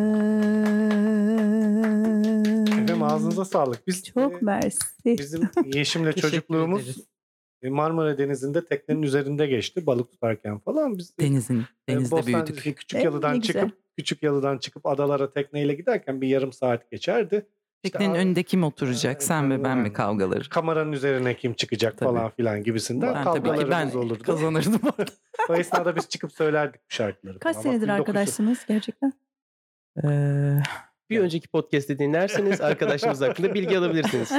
sen. Efendim ağzınıza sağlık. Biz Çok e, mersi. bizim Yeşim'le Teşekkür çocukluğumuz ederiz. e, Marmara Denizi'nde teknenin üzerinde geçti balık tutarken falan. Biz de, Denizin, e, denizde Bostancı büyüdük. Küçük E, Yalı'dan ne güzel. çıkıp küçük Yalı'dan çıkıp adalara tekneyle giderken bir yarım saat geçerdi. İşte Teknenin a- önünde kim oturacak? e, Sen mi ben mi yani kavgaları? kameranın üzerine kim çıkacak Tabii. falan filan gibisinden Ben tabii ki ben kavgalarımız olurdu. kazanırdım orada. O esnada biz çıkıp söylerdik bu şarkıları Kaç falan. Bak, senedir bin dokuz yüz arkadaşsınız gerçekten? Ee, Bir önceki podcast'te dinlerseniz arkadaşımız hakkında bilgi alabilirsiniz.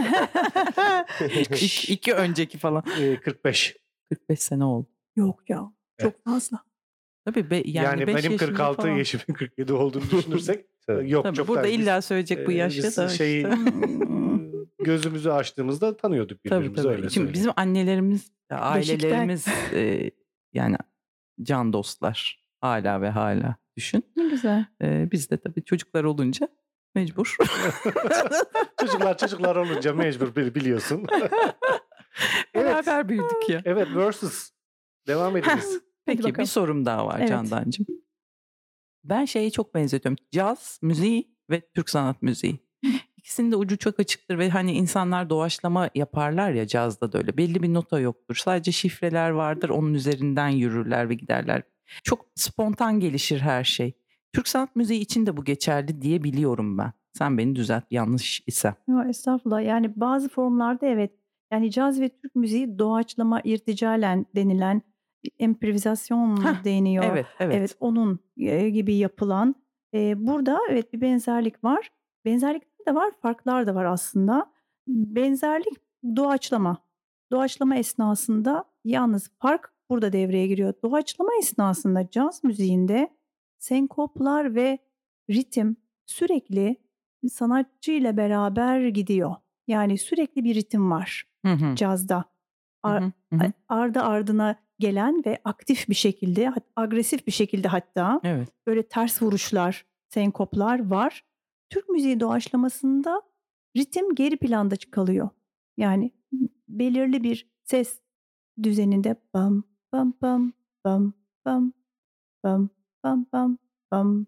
iki, iki önceki falan. e, kırk beş. kırk beş sene oldu. Yok ya. Çok fazla. Tabii be, yani, Yani, beş benim yaşında kırk altı, falan. Yeşim'in kırk yedi olduğunu düşünürsek Tabii. yok Tabii çok burada daha biz, illa söyleyecek bu e, yaşta biz da şeyi işte. gözümüzü açtığımızda tanıyorduk Tabii birbirimizi tabii. öyle Şimdi söyleyeyim. bizim annelerimiz, Beşikten. ailelerimiz e, yani can dostlar hala ve hala düşün. Ne güzel. E, biz de tabii çocuklar olunca mecbur. Çocuklar çocuklar olunca mecbur bili- biliyorsun. Evet. Beraber büyüdük ya. Evet versus. Devam ediniz. Peki bir bakalım. sorum daha var Evet. Candancığım. Ben şeyi çok benzetiyorum. Caz müziği ve Türk sanat müziği. İkisinin de ucu çok açıktır ve hani insanlar doğaçlama yaparlar ya, cazda da öyle. Belli bir nota yoktur. Sadece şifreler vardır. Onun üzerinden yürürler ve giderler. Çok spontan gelişir her şey. Türk sanat müziği için de bu geçerli diye biliyorum ben. Sen beni düzelt yanlış ise. Yok, estağfurullah. Yani bazı formlarda evet. Yani caz ve Türk müziği doğaçlama, irticalen denilen improvizasyon Hah, deniyor. Evet, evet. Evet, onun e, gibi yapılan. E, burada evet bir benzerlik var. Benzerlikler de var, farklar da var aslında. Benzerlik doğaçlama. Doğaçlama esnasında yalnız fark burada devreye giriyor. Doğaçlama esnasında caz müziğinde senkoplar ve ritim sürekli sanatçı ile beraber gidiyor. Yani sürekli bir ritim var Hı hı, cazda. Ar- hı hı, hı hı. ardı ardına gelen ve aktif bir şekilde, hat- agresif bir şekilde hatta Evet. böyle ters vuruşlar, senkoplar var. Türk müziği doğaçlamasında ritim geri planda kalıyor. Yani belirli bir ses düzeninde bam bam bam bam bam bam bam bam bam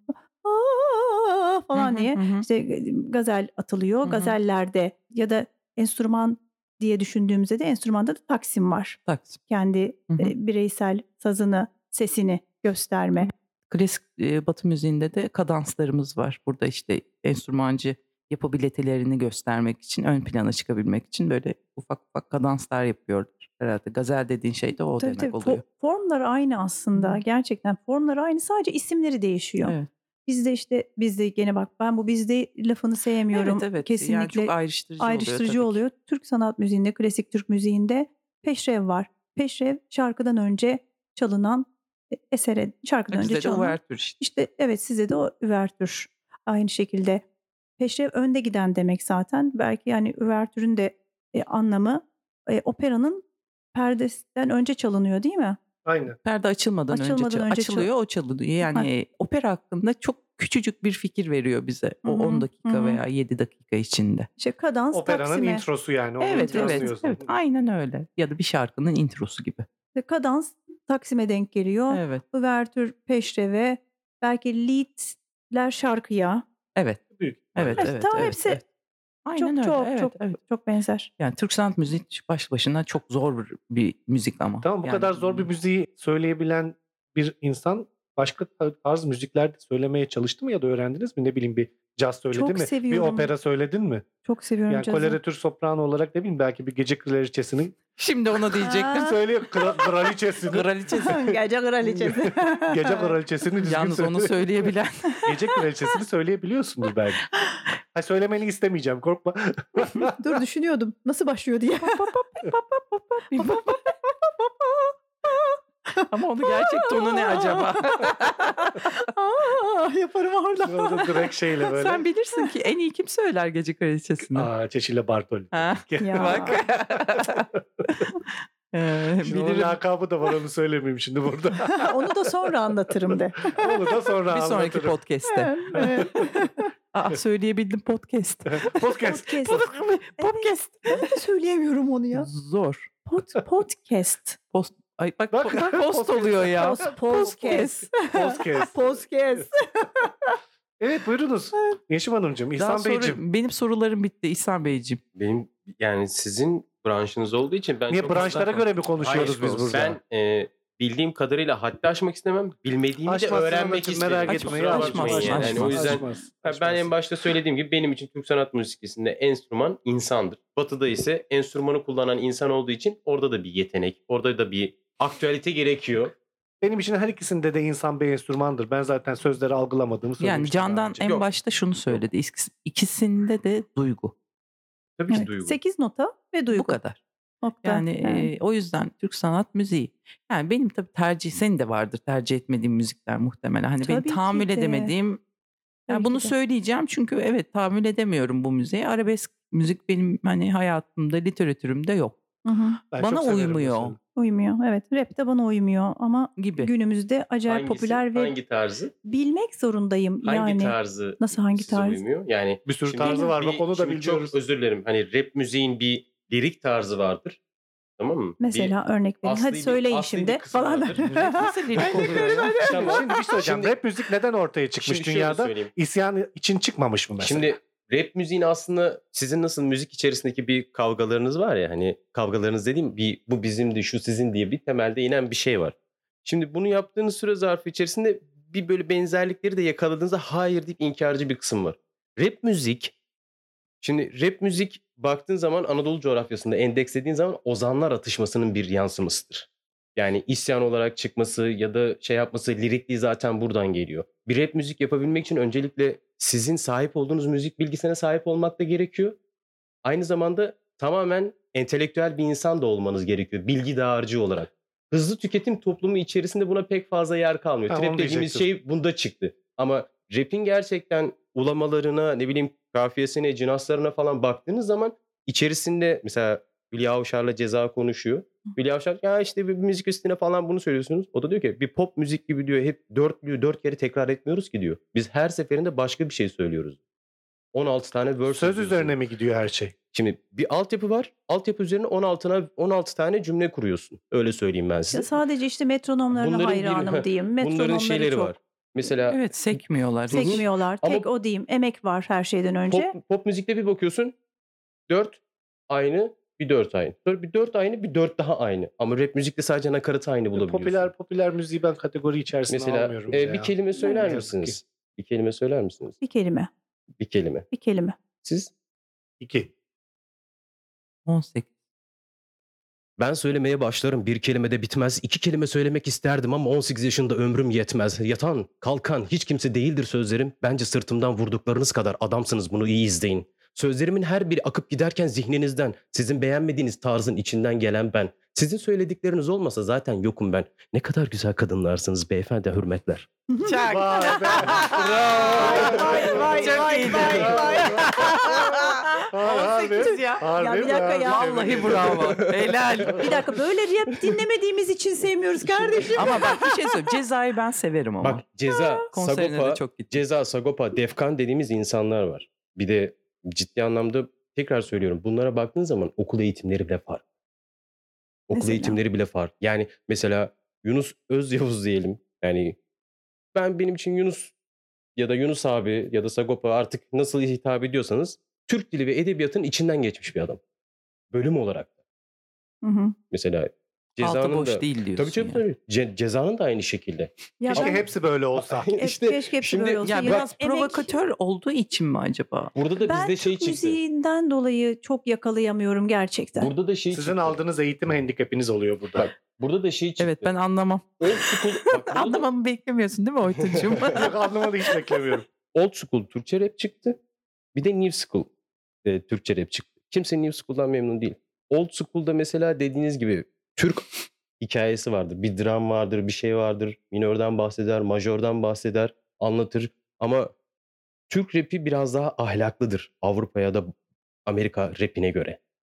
aa falan Hı hı, diye hı hı. işte gazel atılıyor. Hı hı. Gazellerde ya da enstrüman diye düşündüğümüzde de enstrümanda da taksim var. Taksim. Kendi Hı hı. e, bireysel sazını, sesini gösterme. Klasik e, Batı müziğinde de kadanslarımız var. Burada işte enstrümancı yapabilitelerini göstermek için, ön plana çıkabilmek için böyle ufak ufak kadanslar yapıyorlar. Herhalde gazel dediğin şey de o Tabii demek tabii. oluyor. Fo- formlar aynı aslında. Hı. Gerçekten formlar aynı. Sadece isimleri değişiyor. Evet. Bizde işte bizde gene bak ben bu bizde lafını sevmiyorum. Evet evet. Yani Kesinlikle çok ayrıştırıcı, ayrıştırıcı oluyor. oluyor. Türk sanat müziğinde, klasik Türk müziğinde peşrev var. Peşrev şarkıdan önce çalınan e, esere, şarkıdan önce Bizde de çalınan. uvertür işte. İşte evet size de o üvertür aynı şekilde. Peşrev önde giden demek zaten. Belki yani üvertürün de e, anlamı e, operanın perdesinden önce çalınıyor değil mi? Aynen. Perde açılmadan, önce, Açılmadan çal- önce çal- açılıyor, o çalınıyor. Yani opera hakkında çok küçücük bir fikir veriyor bize. O Hı hı, on dakika hı hı. veya yedi dakika içinde. İşte kadans, Operanın taksime. introsu yani. Onu Evet evet, yansıyorsun. evet. Aynen öyle. Ya da bir şarkının introsu gibi. İşte kadans taksime denk geliyor. Evet. Üvertür peşreve. Belki leadler şarkıya. Evet. Büyük. Evet, Evet, evet, tamam, evet, hepsi evet. Aynen çok öyle. çok evet, çok evet. çok benzer. Yani Türk sanat müziği baş başına çok zor bir müzik ama. Tamam bu Yani- kadar zor bir müziği söyleyebilen bir insan başka tarz müzikler de söylemeye çalıştı mı ya da öğrendiniz mi? Ne bileyim bir caz söyledi Çok mi? seviyorum. Bir opera söyledin mi? Çok seviyorum Yani cazı. koloratür soprano olarak ne bileyim belki bir gece kraliçesini Şimdi onu diyecektim. Aa. söylüyor. Kra- kraliçesini. Kraliçesi. Gece kraliçesi. Gece kraliçesini düzgün Yalnız onu söyle. söyleyebilen. Gece kraliçesini söyleyebiliyorsundur belki. Ha, söylemeni istemeyeceğim korkma. Dur düşünüyordum. Nasıl başlıyor diye. Ama onu gerçek tonu ne acaba? Aa, yaparım orada. Orada direkt şeyle böyle. Sen bilirsin ki en iyi kim söyler Gece Kraliçesi'ni? Aa, Çeşile Bartoli. Ha? Ya. Bak. Ee, Şimdi onun bilirim. lakabı da var, onu söylemeyeyim şimdi burada. Onu da sonra anlatırım de. Onu da sonra Bir sonraki anlatırım. podcast'te. Evet. Aa, söyleyebildim podcast. Podcast. Podcast. Podcast. Ben de söyleyemiyorum onu ya. Zor. Pod, podcast. Post. Ay bak, Bak, po- bak, post podcast. oluyor ya. Post, podcast. Podcast. Podcast. Evet, buyurunuz. Yeşim Hanımcığım, Daha İhsan sonra Beyciğim. benim sorularım bitti İhsan Beyciğim. Benim yani sizin branşınız olduğu için ben Niye, çok branşlara fazla- göre mi konuşuyoruz Hayır, biz burada? Ben e, bildiğim kadarıyla haddi aşmak istemem. Bilmediğimi de Aşmazsın öğrenmek Anacığım, isterim. merak Açmaz, etme. Kusura açmaz, bakmayın yani. açmaz, Yani o yüzden açmaz, ben açmaz. en başta söylediğim gibi benim için Türk sanat müziğinde enstrüman insandır. Batı'da ise enstrümanı kullanan insan olduğu için orada da bir yetenek, orada da bir aktüelite gerekiyor. Benim için her ikisinde de insan bir enstrümandır. Ben zaten sözleri algılamadığımı Yani söylemiştim. daha Candan önce. en Yok. başta şunu söyledi. İkis- İkisinde de duygu. Tabii ki Evet. duygu. sekiz nota ve duygu. Bu kadar. Nokta. Yani Evet. e, o yüzden Türk sanat müziği. Yani benim tabii tercih, senin de vardır tercih etmediğim müzikler muhtemelen. Hani benim Tabii ki tahammül de. edemediğim. Tabii Yani bunu ki de. söyleyeceğim çünkü evet tahammül edemiyorum bu müziğe. Arabesk müzik benim hani hayatımda, literatürümde yok Hı hı. Ben bana çok severim uymuyor. mesela. Uymuyor. Evet. Rap de bana uymuyor ama gibi. günümüzde acayip Hangisi, popüler ve hangi tarzı? bilmek zorundayım Hangi yani. tarzı Nasıl, hangi size tarz? uymuyor? Yani Bir sürü şimdi tarzı var. Bak bir- onu da şimdi biliyoruz. Çok özür dilerim. Hani rap müziğin bir lirik tarzı vardır. Tamam mı? Mesela örnek verin. asli Hadi bir- söyleyin asli bir şimdi kısmı falan. vardır. Nasıl lirik oluyor ya? Şimdi, Tamam. şimdi bir şey söyleyeceğim. Şimdi- Rap müzik neden ortaya çıkmış Şimdi şöyle dünyada? söyleyeyim. İsyan için çıkmamış mı mesela? Şimdi rap müziğin aslında sizin nasıl müzik içerisindeki bir kavgalarınız var ya, hani kavgalarınız dediğim bir bu bizimdi şu sizin diye bir temelde inen bir şey var. Şimdi bunu yaptığınız süre zarfı içerisinde bir böyle benzerlikleri de yakaladığınızda hayır deyip inkarcı bir kısım var. Rap müzik, şimdi rap müzik baktığın zaman Anadolu coğrafyasında endekslediğin zaman ozanlar atışmasının bir yansımasıdır. Yani isyan olarak çıkması ya da şey yapması, lirikliği zaten buradan geliyor. Bir rap müzik yapabilmek için öncelikle sizin sahip olduğunuz müzik bilgisine sahip olmak da gerekiyor. Aynı zamanda tamamen entelektüel bir insan da olmanız gerekiyor. Bilgi dağarcığı olarak. Hızlı tüketim toplumu içerisinde buna pek fazla yer kalmıyor. Ha, Trap onu dediğimiz diyecektim. şey bunda çıktı. Ama rap'in gerçekten ulamalarına, ne bileyim kafiyesine, cinaslarına falan baktığınız zaman içerisinde mesela Hülya Avşar'la Ceza konuşuyor. Hülya Avşar ya işte bir müzik üstüne falan bunu söylüyorsunuz. O da diyor ki bir pop müzik gibi diyor, hep dört diyor, dört kere tekrar etmiyoruz ki diyor. Biz her seferinde başka bir şey söylüyoruz. on altı tane verse Söz yazıyorsun. üzerine mi gidiyor her şey? Şimdi bir altyapı var. Altyapı üzerine on altına on altı tane cümle kuruyorsun. Öyle söyleyeyim ben size. Ya sadece işte metronomlarına Bunların hayranım bir- diyeyim. Bunların Metronomları şeyleri çok var. Mesela Evet sekmiyorlar. Hı hı. sekmiyorlar. Ama- Tek o diyeyim. Emek var her şeyden önce. pop, pop müzikte bir bakıyorsun. Dört aynı, bir dört aynı. Sonra bir dört aynı, bir dört daha aynı. Ama rap müzikte sadece nakaratı aynı bulabiliyorsun. Popüler popüler müziği ben kategori içerisine Mesela almıyorum. e, ya. bir kelime söyler Yazık misiniz? Bir kelime söyler misiniz? Bir kelime. Bir kelime. Bir kelime. Siz? İki. on sekiz. Ben söylemeye başlarım. Bir kelimede bitmez. İki kelime söylemek isterdim ama on sekiz yaşında ömrüm yetmez. Yatan, kalkan hiç kimse değildir sözlerim. Bence sırtımdan vurduklarınız kadar adamsınız, bunu iyi izleyin. Sözlerimin her biri akıp giderken zihninizden, sizin beğenmediğiniz tarzın içinden gelen ben. Sizin söyledikleriniz olmasa zaten yokum ben. Ne kadar güzel kadınlarsınız beyefendi, hürmetler. Çak. Vay be. Bravo. Vay, vay, Çok vay, iyiydi. vay, vay. Harbi. on sekiz ya. Harbi Ya bir mi? dakika ya. Vallahi bravo. Helal. Bir dakika böyle rap dinlemediğimiz için sevmiyoruz kardeşim. Ama bak bir şey söyleyeyim. Cezayı ben severim ama. Bak Ceza, Konserine Sagopa, de çok gittim. Ceza, Sagopa, Defkan dediğimiz insanlar var. Bir de ciddi anlamda tekrar söylüyorum. Bunlara baktığın zaman okul eğitimleri bile farklı. Okul Mesela? eğitimleri bile farklı. Yani mesela Yunus Özyavuz diyelim. Yani ben benim için Yunus ya da Yunus abi ya da Sagopa artık nasıl hitap ediyorsanız Türk dili ve edebiyatın içinden geçmiş bir adam. Bölüm olarak. Hı hı. Mesela Altı Ceza'nın boş da değil diyorsun. tabii tabii, yani. tabii. Ce- Ceza'nın da aynı şekilde. Ya Keşke ben- hepsi böyle olsa. E, işte keşke hepsi şimdi böyle olsa. Ya Ya biraz emek- provokatör olduğu için mi acaba? burada da Ben bizde şey Türk çıktı. müziğinden dolayı çok yakalayamıyorum gerçekten. Burada da şey Sizin çıktı. aldığınız eğitim handikapiniz oluyor burada. Bak, burada da şey çıktı. Evet ben anlamam. Old school, bak, burada da Anlamamı beklemiyorsun değil mi Oytuncuğum? Yok, anlamadı, hiç beklemiyorum. old school Türkçe rap çıktı. Bir de new school e, Türkçe rap çıktı. Kimse new school'dan memnun değil. Old school'da mesela dediğiniz gibi Türk hikayesi vardır. Bir dram vardır, bir şey vardır. Minörden bahseder, majörden bahseder, anlatır. Ama Türk rapi biraz daha ahlaklıdır Avrupa ya da Amerika rapine göre.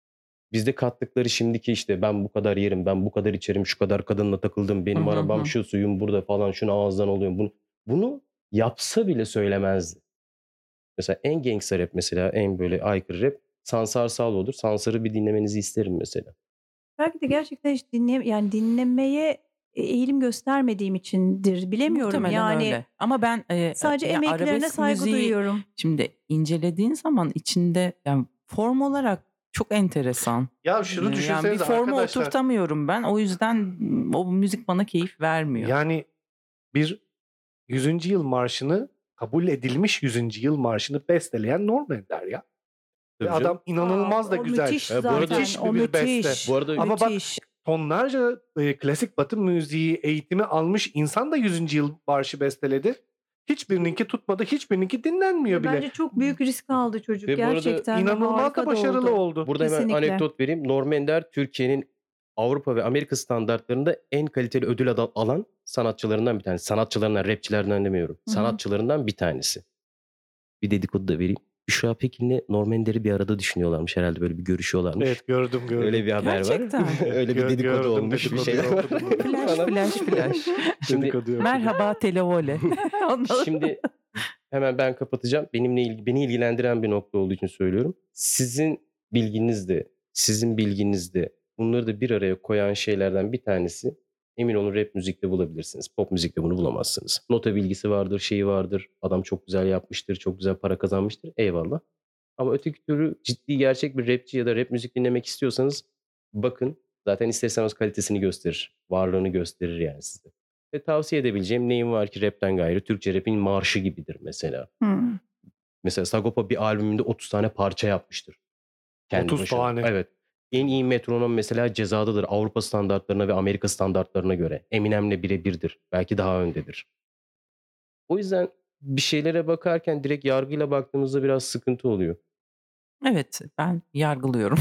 Bizde kattıkları şimdiki işte ben bu kadar yerim, ben bu kadar içerim, şu kadar kadınla takıldım, benim Hı hı arabam hı. şu, suyum burada falan, şunu ağızdan alıyorum. Bunu, bunu yapsa bile söylemezdi. Mesela en gangster rap mesela en böyle aykırı rap Sansar Salvo'dur. Sansar'ı bir dinlemenizi isterim mesela. Belki de gerçekten hiç dinle yani dinlemeye e, eğilim göstermediğim içindir. Bilemiyorum Muhtemelen yani. öyle. Ama ben e, Sadece ya emeklerine arabesk saygı müziği duyuyorum. şimdi incelediğin zaman içinde yani form olarak çok enteresan. Ya şunu Ee, Yani bir düşünsenize formu arkadaşlar. oturtamıyorum ben. O yüzden m, o müzik bana keyif vermiyor. Yani bir yüzüncü yıl marşını kabul edilmiş yüzüncü yıl marşını besteleyen Norm Ender ya. Ve Tabii canım. adam inanılmaz Aa, da o güzel. müthiş E, bu arada- zaten. Müthiş o bir beste. müthiş. Bu arada Ama bak müthiş. tonlarca e, klasik batı müziği eğitimi almış insan da yüzüncü yıl marşı besteledi. Hiçbirininki tutmadı, hiçbirininki dinlenmiyor bile. Bence çok büyük risk aldı çocuk Ve bu arada gerçekten. İnanılmaz harika da başarılı oldu. Burada hemen Kesinlikle. anekdot vereyim. Norm Ender Türkiye'nin Avrupa ve Amerika standartlarında en kaliteli ödül al- alan sanatçılarından bir tanesi. Sanatçılarından, rapçilerden demiyorum. Hı hı. Sanatçılarından bir tanesi. Bir dedikodu da vereyim. Büşra Pekin'le Norm Ender'i bir arada düşünüyorlarmış herhalde, böyle bir görüşüyorlarmış. Evet gördüm gördüm. Öyle bir haber Gerçekten. var. Öyle bir Gö- dedikodu gördüm, olmuş, bir dedikoduyu şeyler var. okudum. Flash Falan. flash flash. Şimdi, Dedikoduyu okudum. Merhaba televole. Ondan- şimdi hemen ben kapatacağım. Benimle ilgi, beni ilgilendiren bir nokta olduğu için söylüyorum. Sizin bilginizde, sizin bilginizde bunları da bir araya koyan şeylerden bir tanesi, emin olun, rap müzikte bulabilirsiniz. Pop müzikte bunu bulamazsınız. Nota bilgisi vardır, şeyi vardır. Adam çok güzel yapmıştır, çok güzel para kazanmıştır. Eyvallah. Ama öteki türlü ciddi gerçek bir rapçi ya da rap müzik dinlemek istiyorsanız bakın. Zaten ister istemez kalitesini gösterir. Varlığını gösterir yani size. Ve tavsiye edebileceğim neyim var ki rapten gayrı, Türkçe rapin marşı gibidir mesela. Hmm. Mesela Sagopa bir albümünde otuz tane parça yapmıştır. otuz başına. tane. Evet. En iyi metronom mesela Ceza'dadır. Avrupa standartlarına ve Amerika standartlarına göre. Eminem'le birebirdir. Belki daha öndedir. O yüzden bir şeylere bakarken direkt yargıyla baktığımızda biraz sıkıntı oluyor. Evet, ben yargılıyorum.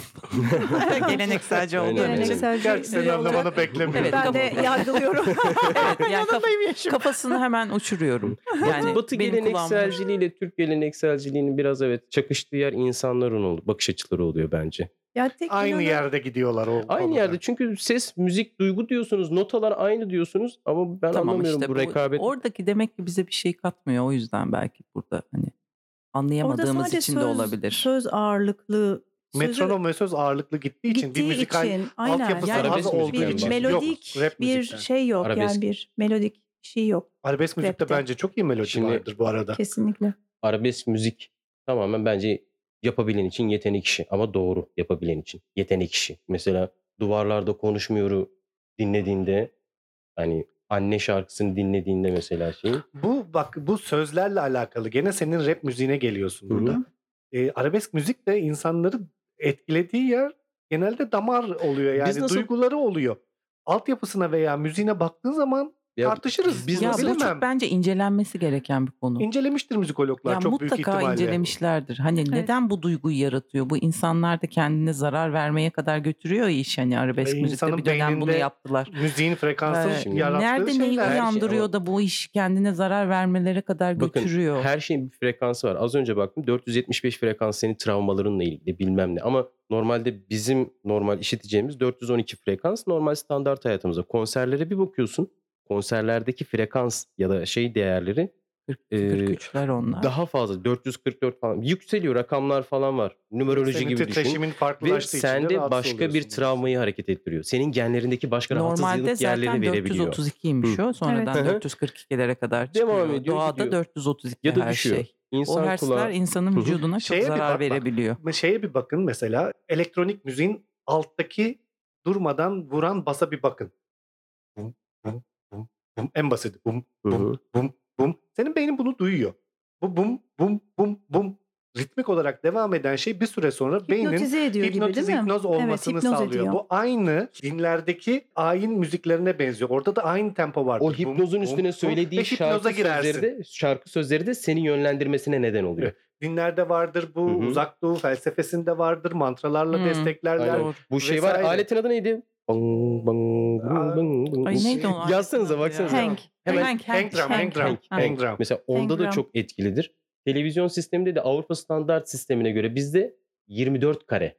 Gelenekselci olduğum Aynen. için. Gelenekselci Gerçi senin biri olarak anlamanı beklemiyorum. Evet, ben de kafa- yargılıyorum. Evet, yani kaf- Yanındayım yaşım. kafasını hemen uçuruyorum. Yani Batı benim kulağım- gelenekselciliğiyle Türk gelenekselciliğinin biraz evet çakıştığı yer insanların oluyor. Bakış açıları oluyor bence. Ya tek Aynı inanın- yerde gidiyorlar o Aynı konuda. yerde, çünkü ses, müzik, duygu diyorsunuz. Notalar aynı diyorsunuz ama ben Tamam anlamıyorum işte bu rekabet. Oradaki demek ki bize bir şey katmıyor. O yüzden belki burada hani Orada anlayamadığımız sadece için de söz, olabilir. söz ağırlıklı. sözü Metronom ve söz ağırlıklı gittiği için bir gittiği müzikal için, aynen. altyapısı Yani az arabesk olduğu müzikten bir için melodik yok. Rap bir müzikten. şey yok Arabesk. yani bir melodik şey yok Arabesk müzikte rapte. bence çok iyi melodi Şimdi- vardır bu arada. kesinlikle. Arabesk müzik tamamen bence yapabilen için yetenek işi, ama doğru yapabilen için yetenek işi. Mesela Duvarlarda Konuşmuyor'u dinlediğinde, hani anne şarkısını dinlediğinde mesela şey. Bu bak bu sözlerle alakalı. Gene senin rap müziğine geliyorsun Hı hı. burada. Ee, arabesk müzik de insanları etkilediği yer genelde damar oluyor. Yani Biz nasıl- duyguları oluyor. Altyapısına veya müziğine baktığın zaman Ya tartışırız. biz Ya Bunu bu bilemem. çok bence incelenmesi gereken bir konu. İncelemiştir müzikologlar Ya çok büyük mutlaka ihtimalle. incelemişlerdir. Hani neden bu duyguyu yaratıyor? Bu insanlar da kendine zarar vermeye kadar götürüyor ya iş. Hani arabesk Ve müzikte insanın bir dönem bunu beyninde yaptılar. Müziğin frekansı Ee, yarattığı nerede neyi şeyler. uyandırıyor ama- da bu iş kendine zarar vermelere kadar Bakın götürüyor. her şeyin bir frekansı var. Az önce baktım dört yüz yetmiş beş frekans senin travmalarınla ilgili bilmem ne. Ama normalde bizim normal işiteceğimiz dört yüz on iki frekans normal standart hayatımızda. Konserlere bir bakıyorsun. Konserlerdeki frekans ya da şey değerleri kırk, Ee, kırk üçler onlar. daha fazla, dört yüz kırk dört falan yükseliyor, rakamlar falan var. Numeroloji Senin gibi düşün. titreşimin Ve farklılaştığı için de sende rahatsız başka bir oluyorsun. travmayı hareket ettiriyor. Senin genlerindeki başka Normalde rahatsızlık zaten yerleri dört yüz verebiliyor. otuz ikiymiş o. Sonradan Evet. dört yüz kırk ikilere kadar çıkıyor. Devam ediyor, Doğada gidiyor. dört yüz otuz iki Ya da her düşüyor. şey. İnsan O hersler kulağı... insanın Hı hı. vücuduna çok Şeye bir zarar bak bak. verebiliyor. Şeye bir bakın mesela elektronik müziğin alttaki durmadan vuran basa bir bakın. Bum bum bum bum en basiti bum Hı bum hı. bum bum. Senin beynin bunu duyuyor. Bu bum bum bum bum ritmik olarak devam eden şey bir süre sonra beynin Hipnotize ediyor gibi hipnotize değil mi? hipnoz olmasını evet, hipnoz sağlıyor. ediyor. Bu aynı dinlerdeki ayin müziklerine benziyor. Orada da aynı tempo vardır. O Bum, hipnozun bum, üstüne bum söylediği ve hipnoza şarkı girersin. sözleri de şarkı sözleri de seni yönlendirmesine neden oluyor. Evet. Dinlerde vardır bu, Hı hı. uzak doğu felsefesinde vardır, mantralarla Hmm, desteklerler. Aynen. Doğru. Bu şey var, vesaire. aletin adı neydi? Bang, bang, Aa, bang, bang. Ay neydi o? Yazsanıza, aletin adı ya? baksanıza. Hank. Hemen- Hank, Hang drum, hang drum, Hank. hang drum. Mesela onda da Engram. çok etkilidir. Televizyon sisteminde de Avrupa standart sistemine göre bizde yirmi dört kare.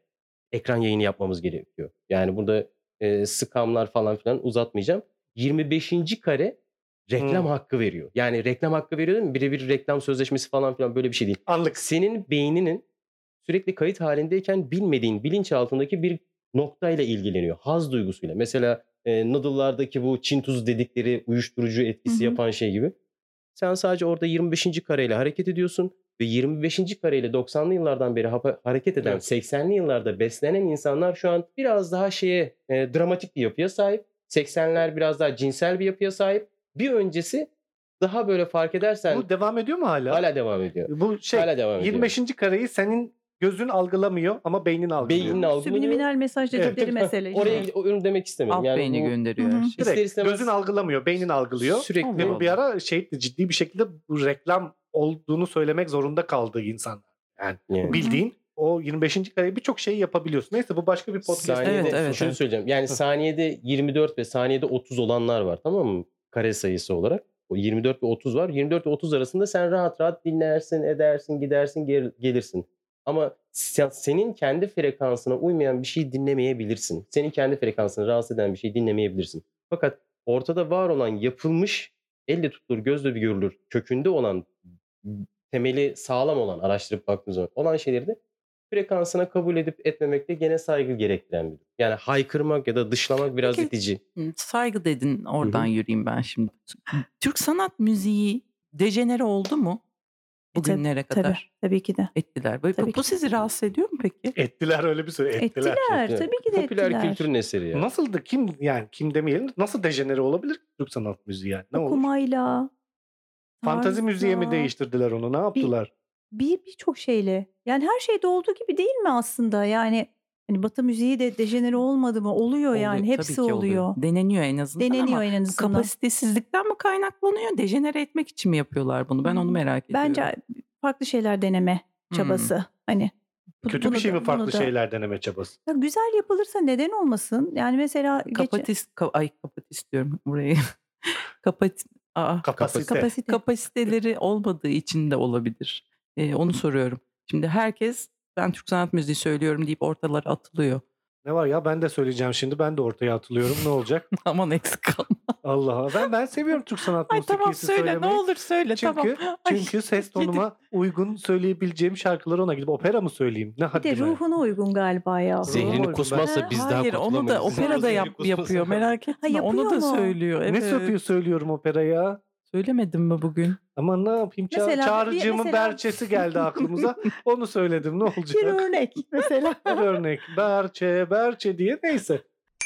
ekran yayını yapmamız gerekiyor. Yani burada e, scamlar falan filan uzatmayacağım. yirmi beşinci kare reklam Hmm. hakkı veriyor. Yani reklam hakkı veriyor değil mi? Birebir reklam sözleşmesi falan filan böyle bir şey değil. Anlık. Senin beyninin sürekli kayıt halindeyken bilmediğin bilinçaltındaki bir noktayla ilgileniyor. Haz duygusuyla. Mesela e, noodle'lardaki bu Çin tuzu dedikleri uyuşturucu etkisi Hı hı. yapan şey gibi. Sen sadece orada yirmi beşinci kareyle hareket ediyorsun ve yirmi beşinci kareyle doksanlı yıllardan beri ha- hareket eden, Evet. seksenli yıllarda beslenen insanlar şu an biraz daha şeye e, dramatik bir yapıya sahip. seksenler biraz daha cinsel bir yapıya sahip. Bir öncesi daha böyle fark edersen Bu devam ediyor mu hala? hala devam ediyor. Bu şey Hala devam ediyor. yirmi beşinci kareyi senin gözün algılamıyor ama beynin algılıyor. Beynin algılıyor. Subliminal mesaj Evet. dedikleri mesele. işte. Oraya onu demek istemiyorum. Alt Yani beyni bu gönderiyor Hı hı. her şeyi. Direkt İster istemez- gözün algılamıyor, beynin algılıyor. sürekli Allah Ve Allah. bir ara şey ciddi bir şekilde bu reklam olduğunu söylemek zorunda kaldığı insanlar. Yani yani. bildiğin o yirmi beşinci kareyi birçok şey yapabiliyorsun. Neyse bu başka bir podcast. Saniyede Evet, evet, şunu evet. söyleyeceğim. Yani saniyede yirmi dört ve saniyede otuz olanlar var, tamam mı? Kare sayısı olarak. O yirmi dört ve otuz var. yirmi dört ve otuz arasında sen rahat rahat dinlersin, edersin, gidersin, gel- gelirsin. Ama sen- senin kendi frekansına uymayan bir şey dinlemeyebilirsin. Senin kendi frekansını rahatsız eden bir şey dinlemeyebilirsin. Fakat ortada var olan, yapılmış, elle tutulur, gözle bir görülür, kökünde olan, temeli sağlam olan, araştırıp baktığınız zaman olan şeyleri de frekansına kabul edip etmemekte gene saygı gerektiren bir durum. Yani haykırmak ya da dışlamak biraz Peki- itici. Hı, Saygı dedin, oradan Hı hı. yürüyeyim ben şimdi. Türk sanat müziği dejenere oldu mu? Bugünlere Tabii, kadar tabii ki de. ettiler. Böyle, Tabii bu ki. sizi rahatsız ediyor mu peki? Ettiler öyle bir söyle. Ettiler. Ettiler. Çok- Tabii ki de Popüler ettiler. kültürün eseri ya. Nasıldı? Kim yani kim demeyelim? Nasıl dejenere olabilir ki Türk sanat müziği yani? Ne olur? Okumayla, Fantezi müziğe mi tarzla, değiştirdiler onu? Ne yaptılar? Bir birçok şeyle. Yani her şeyde olduğu gibi değil mi aslında? Yani hani Batı müziği de dejenere olmadı mı? Oluyor yani. Oluyor, Hepsi tabii ki oluyor. Deneniyor en azından Deneniyor ama en bu azından. kapasitesizlikten mi kaynaklanıyor? Dejenere etmek için mi yapıyorlar bunu? Ben onu merak ediyorum. Bence farklı şeyler deneme çabası. Hani bu- Kötü bunu bir şey da- mi farklı bunu da- şeyler deneme çabası? Ya güzel yapılırsa neden olmasın? Yani mesela geç- Kapatis, ka- ay kapatis diyorum burayı. Kapat, aa, Kapasite. kapasite. kapasiteleri olmadığı için de olabilir. Ee, onu soruyorum. Şimdi herkes ben Türk sanat müziği söylüyorum deyip ortalara atılıyor. Ne var ya ben de söyleyeceğim şimdi. Ben de ortaya atılıyorum. Ne olacak? Aman eksik kalma. Allah. Ben ben seviyorum Türk sanat Ay musikisi tamam söyle söylemeyi. ne olur söyle Çünkü tamam. Ay, çünkü ses gidin. tonuma uygun söyleyebileceğim şarkıları ona gidip opera mı söyleyeyim? Ne Bir de haddime. ruhuna uygun galiba ya. Zehrini Ben- kusmazsa biz daha Hayır onu da kurtulamayız. operada Zehri yap, kusmazsa- yapıyor merak etme. Ha, onu da yapıyor mu? söylüyor. Evet. Ne söylüyor söylüyorum operaya? Söylemedim mi bugün? Ama ne yapayım? Ça- Mesela- Çağrıcığımın mesela- berçesi geldi aklımıza. Onu söyledim. Ne Bir olacak? örnek mesela. Bir örnek. Berçe, berçe diye. Neyse.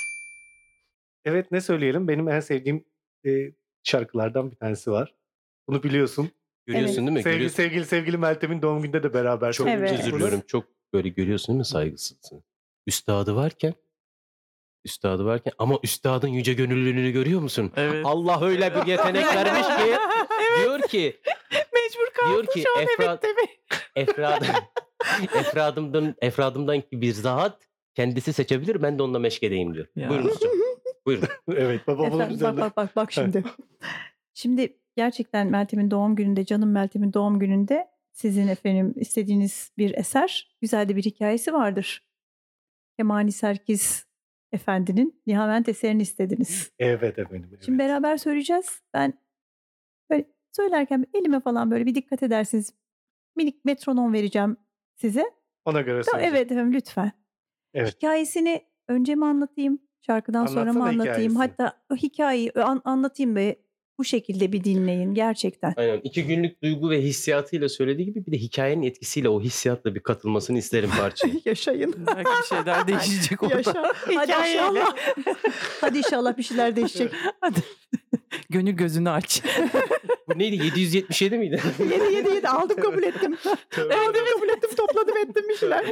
Evet ne söyleyelim? Benim en sevdiğim e, şarkılardan bir tanesi var. Bunu biliyorsun. Görüyorsun değil mi? Sevgili Görüyorsun. sevgili sevgili Meltem'in doğum gününde de beraber Çok söyledik. Evet. özür bunu. diliyorum. Çok böyle görüyorsun değil mi saygısızsın. Üstadı varken üstadı varken ama üstadın yüce gönüllülüğünü görüyor musun? Evet. Allah öyle bir yetenek vermiş ki diyor ki Mecbur kaldım diyor ki şu an Efrad, evet demek. Efrad, Efradımdan, Efradımdan bir zat kendisi seçebilir ben de onunla meşgedeyim diyor. Ya. Buyurun hocam. Buyurun. Evet baba bunun Efendim, bak üzerine. bak bak bak şimdi. Şimdi gerçekten Meltem'in doğum gününde, canım Meltem'in doğum gününde sizin efendim istediğiniz bir eser, güzel de bir hikayesi vardır. Kemani Serkiz Efendi'nin Nihavent eserini istediniz. Evet efendim. Evet. Şimdi beraber söyleyeceğiz. Ben böyle söylerken elime falan böyle bir dikkat edersiniz. Minik metronom vereceğim size. Ona göre Tamam, söyleyeceğim. evet efendim lütfen. Evet. Hikayesini önce mi anlatayım? Şarkıdan sonra mı Anlatsana anlatayım? hikayesini. Hatta o hikayeyi an- anlatayım ve bu şekilde bir dinleyin gerçekten. Aynen. İki günlük duygu ve hissiyatıyla söylediği gibi bir de hikayenin etkisiyle o hissiyatla bir katılmasını isterim parçaya. Yaşayın. Belki bir şeyler değişecek orada. Yaşa. Hadi Hikayeyle. inşallah. Hadi inşallah bir şeyler değişecek. Hadi. Gönül gözünü aç. Bu neydi? yedi yüz yetmiş yedi miydi? Yedi yedi yedi aldım kabul ettim. Aldım kabul ettim topladım ettim bir şeyler.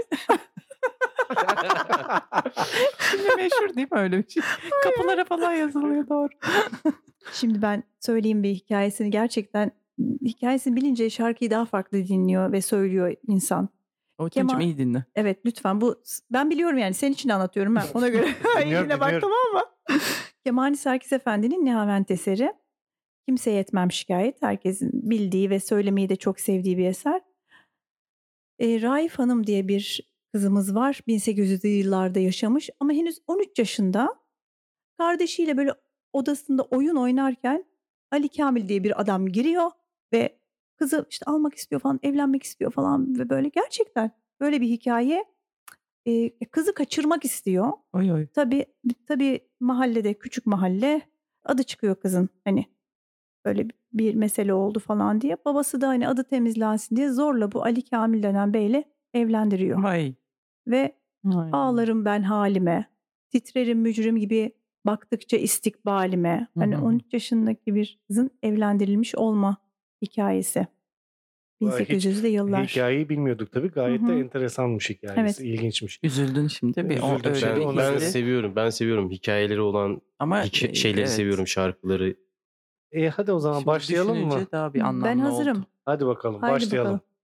Şimdi meşhur değil mi öyle bir şey? Kapılara falan yazılıyor doğru. Şimdi ben söyleyeyim bir hikayesini gerçekten hikayesini bilince şarkıyı daha farklı dinliyor ve söylüyor insan. Orçuncum Kemal- iyi dinle. Evet lütfen bu ben biliyorum yani senin için anlatıyorum ben ona göre. Dinliyorum, Yine bak dinliyorum. tamam mı? Kemani Serkiz Efendi'nin Nihavent eseri. Kimseye etmem şikayet. Herkesin bildiği ve söylemeyi de çok sevdiği bir eser. E, Raif Hanım diye bir kızımız var. bin sekiz yüzlü yıllarda yaşamış ama henüz on üç yaşında kardeşiyle böyle odasında oyun oynarken Ali Kamil diye bir adam giriyor ve kızı işte almak istiyor falan, evlenmek istiyor falan ve böyle gerçekten böyle bir hikaye. Ee, kızı kaçırmak istiyor. Oy oy. Tabii tabii mahallede, küçük mahalle, adı çıkıyor kızın, hani böyle bir mesele oldu falan diye. Babası da hani adı temizlensin diye zorla bu Ali Kamil denen beyle evlendiriyor. Vay. Ve Vay. ağlarım ben halime, titrerim mücrim gibi baktıkça istikbalime. Hani Hı hı. on üç yaşındaki bir kızın evlendirilmiş olma hikayesi. bin Vay, sekiz yüzlü hiç yıllar. Hikayeyi bilmiyorduk tabii. Gayet Hı de hı. enteresanmış hikayesi. Evet. İlginçmiş. Üzüldün şimdi bir o Üzüldüm öyle şimdi. bir Ben, Onu ben hissi. seviyorum. Ben seviyorum hikayeleri olan Ama hiki- e, şeyleri evet. seviyorum, şarkıları. E hadi o zaman Şimdi başlayalım mı? düşününce daha bir Ben anlamlı hazırım. oldu. Hadi bakalım Haydi başlayalım. bakalım.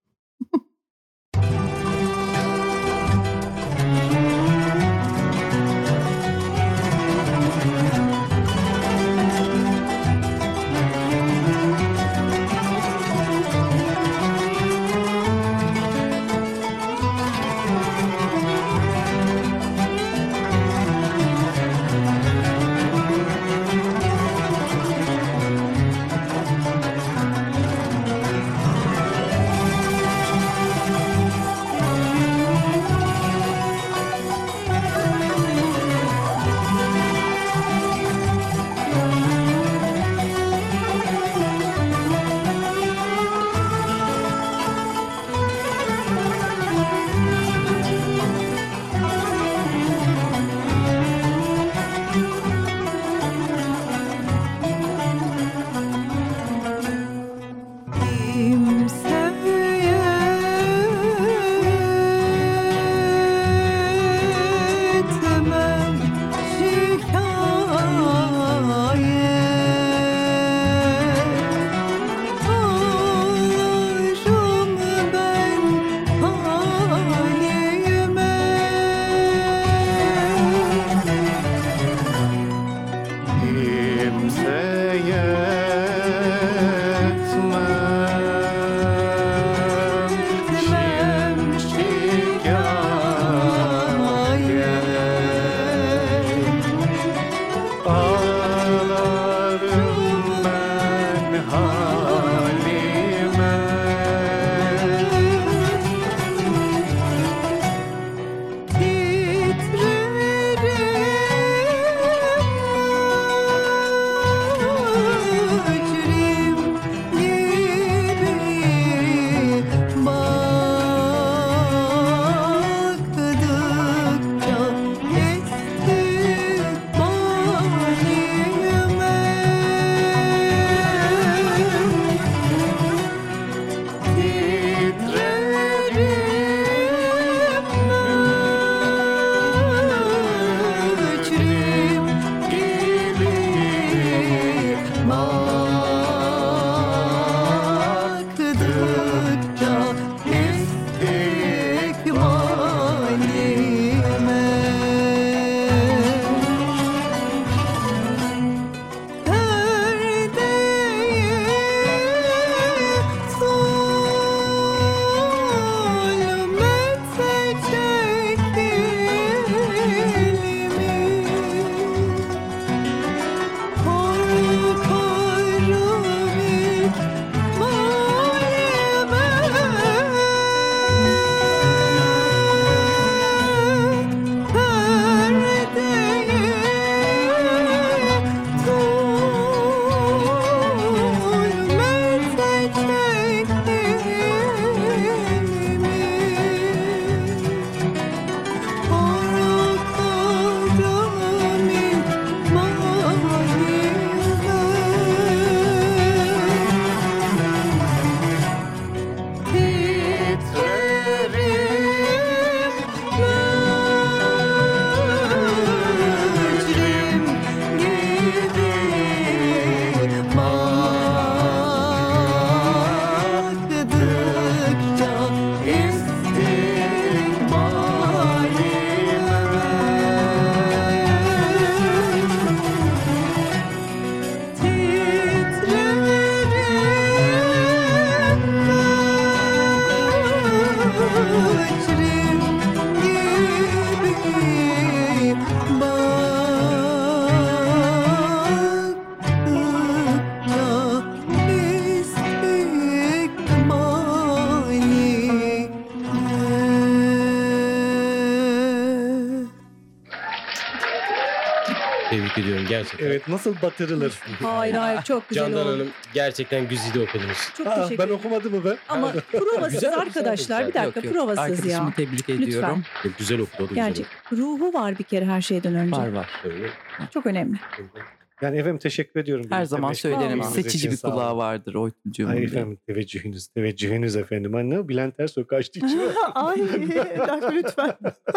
Tebrik ediyorum gerçekten. Evet, nasıl batırılır? Hayır hayır çok güzel Candan oldu. Hanım gerçekten güzide okudunuz. Çok Aa, teşekkür ben ederim. okumadım mı ben? Ama provasız Güzel, güzel, arkadaşlar. güzel. Bir dakika Yok, yok. provasız Arkadaşımı ya. tebrik Lütfen. ediyorum. Çok güzel okudu. O da güzel Gerçek. Ruhu var bir kere her şeyden önce. Var var. okudu. Çok önemli. Yani efendim teşekkür ediyorum. Her Birlikte zaman meşgul söylerim. olduğunuz Seçici için bir sağ olun. kulağı vardır Oytuncuğum. Ay diye. efendim teveccühünüz, teveccühünüz efendim. Anne Bülent Ersoy kaçtı içime. Ay lütfen.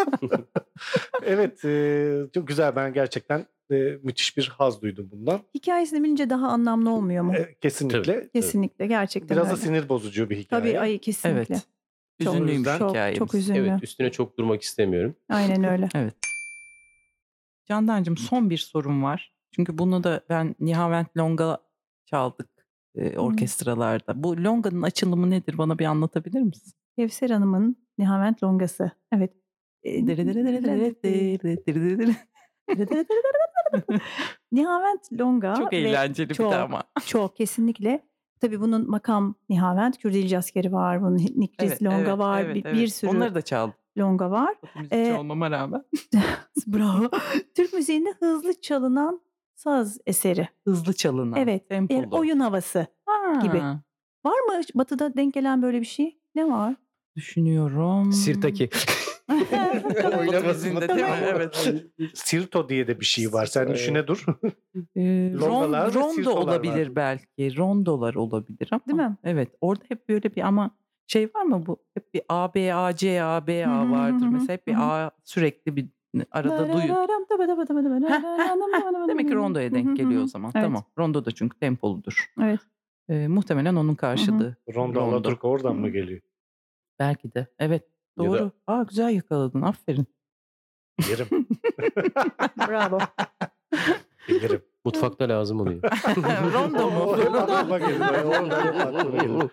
Evet, e, çok güzel. Ben gerçekten e, müthiş bir haz duydum bundan. Hikayesini bilince daha anlamlı olmuyor mu? E, kesinlikle. Kesinlikle gerçekten Biraz da öyle. sinir bozucu bir hikaye. Tabii ay kesinlikle. Evet. Çok- Üzünlüymüş çok- hikayemiz. Çok üzünlü. Evet, üstüne çok durmak istemiyorum. Aynen öyle. Evet. Candancığım son bir sorum var. Çünkü bunu da ben Nihavent Longa çaldık e, orkestralarda. Bu Longa'nın açılımı nedir? Bana bir anlatabilir misin? Kevser Hanım'ın Nihavent Longası. Evet. Ee, Nihavent Longa. Çok ve eğlenceli bir çok, de ama. Çok kesinlikle. Tabii bunun makam Nihavent, Kürdilci askeri var, bunun Nikriz Evet, Longa evet, var, evet, bir, evet. bir sürü Onları da çaldım. Longa var. Müzikçi Ee, olmama rağmen. Bravo. Türk müziğinde hızlı çalınan saz eseri. Hızlı çalınan. Evet. Tempolu. Yani oyun havası Ha, gibi. Var mı Batı'da denk gelen böyle bir şey? Ne var? Düşünüyorum. Sirtaki. Oynamasında değil mi? Evet. Sirto diye de bir şey var. Sen Evet. düşüne dur. Ee, Longalar ron- ve rondo sirtolar olabilir var. belki. Rondolar olabilir ama. Değil mi? Evet. Orada hep böyle bir ama şey var mı bu? Hep bir A, B, A, C, A, B, Hı hı A hı vardır. hı Mesela hep bir hı hı. A sürekli bir arada duyu. Demek ki rondoya denk geliyor o zaman. Evet. Tamam. Rondo da çünkü tempoludur. Evet. Ee, muhtemelen onun karşılığı. Rondo Rondo. Alaturka oradan mı geliyor? Belki de. Evet. Ya da- Doğru. Aa güzel yakaladın. Aferin. Yerim. Bravo. Yerim. Mutfakta lazım oluyor. Rondo mu? Hep aklıma geldi. Oradan hep aklıma geldi.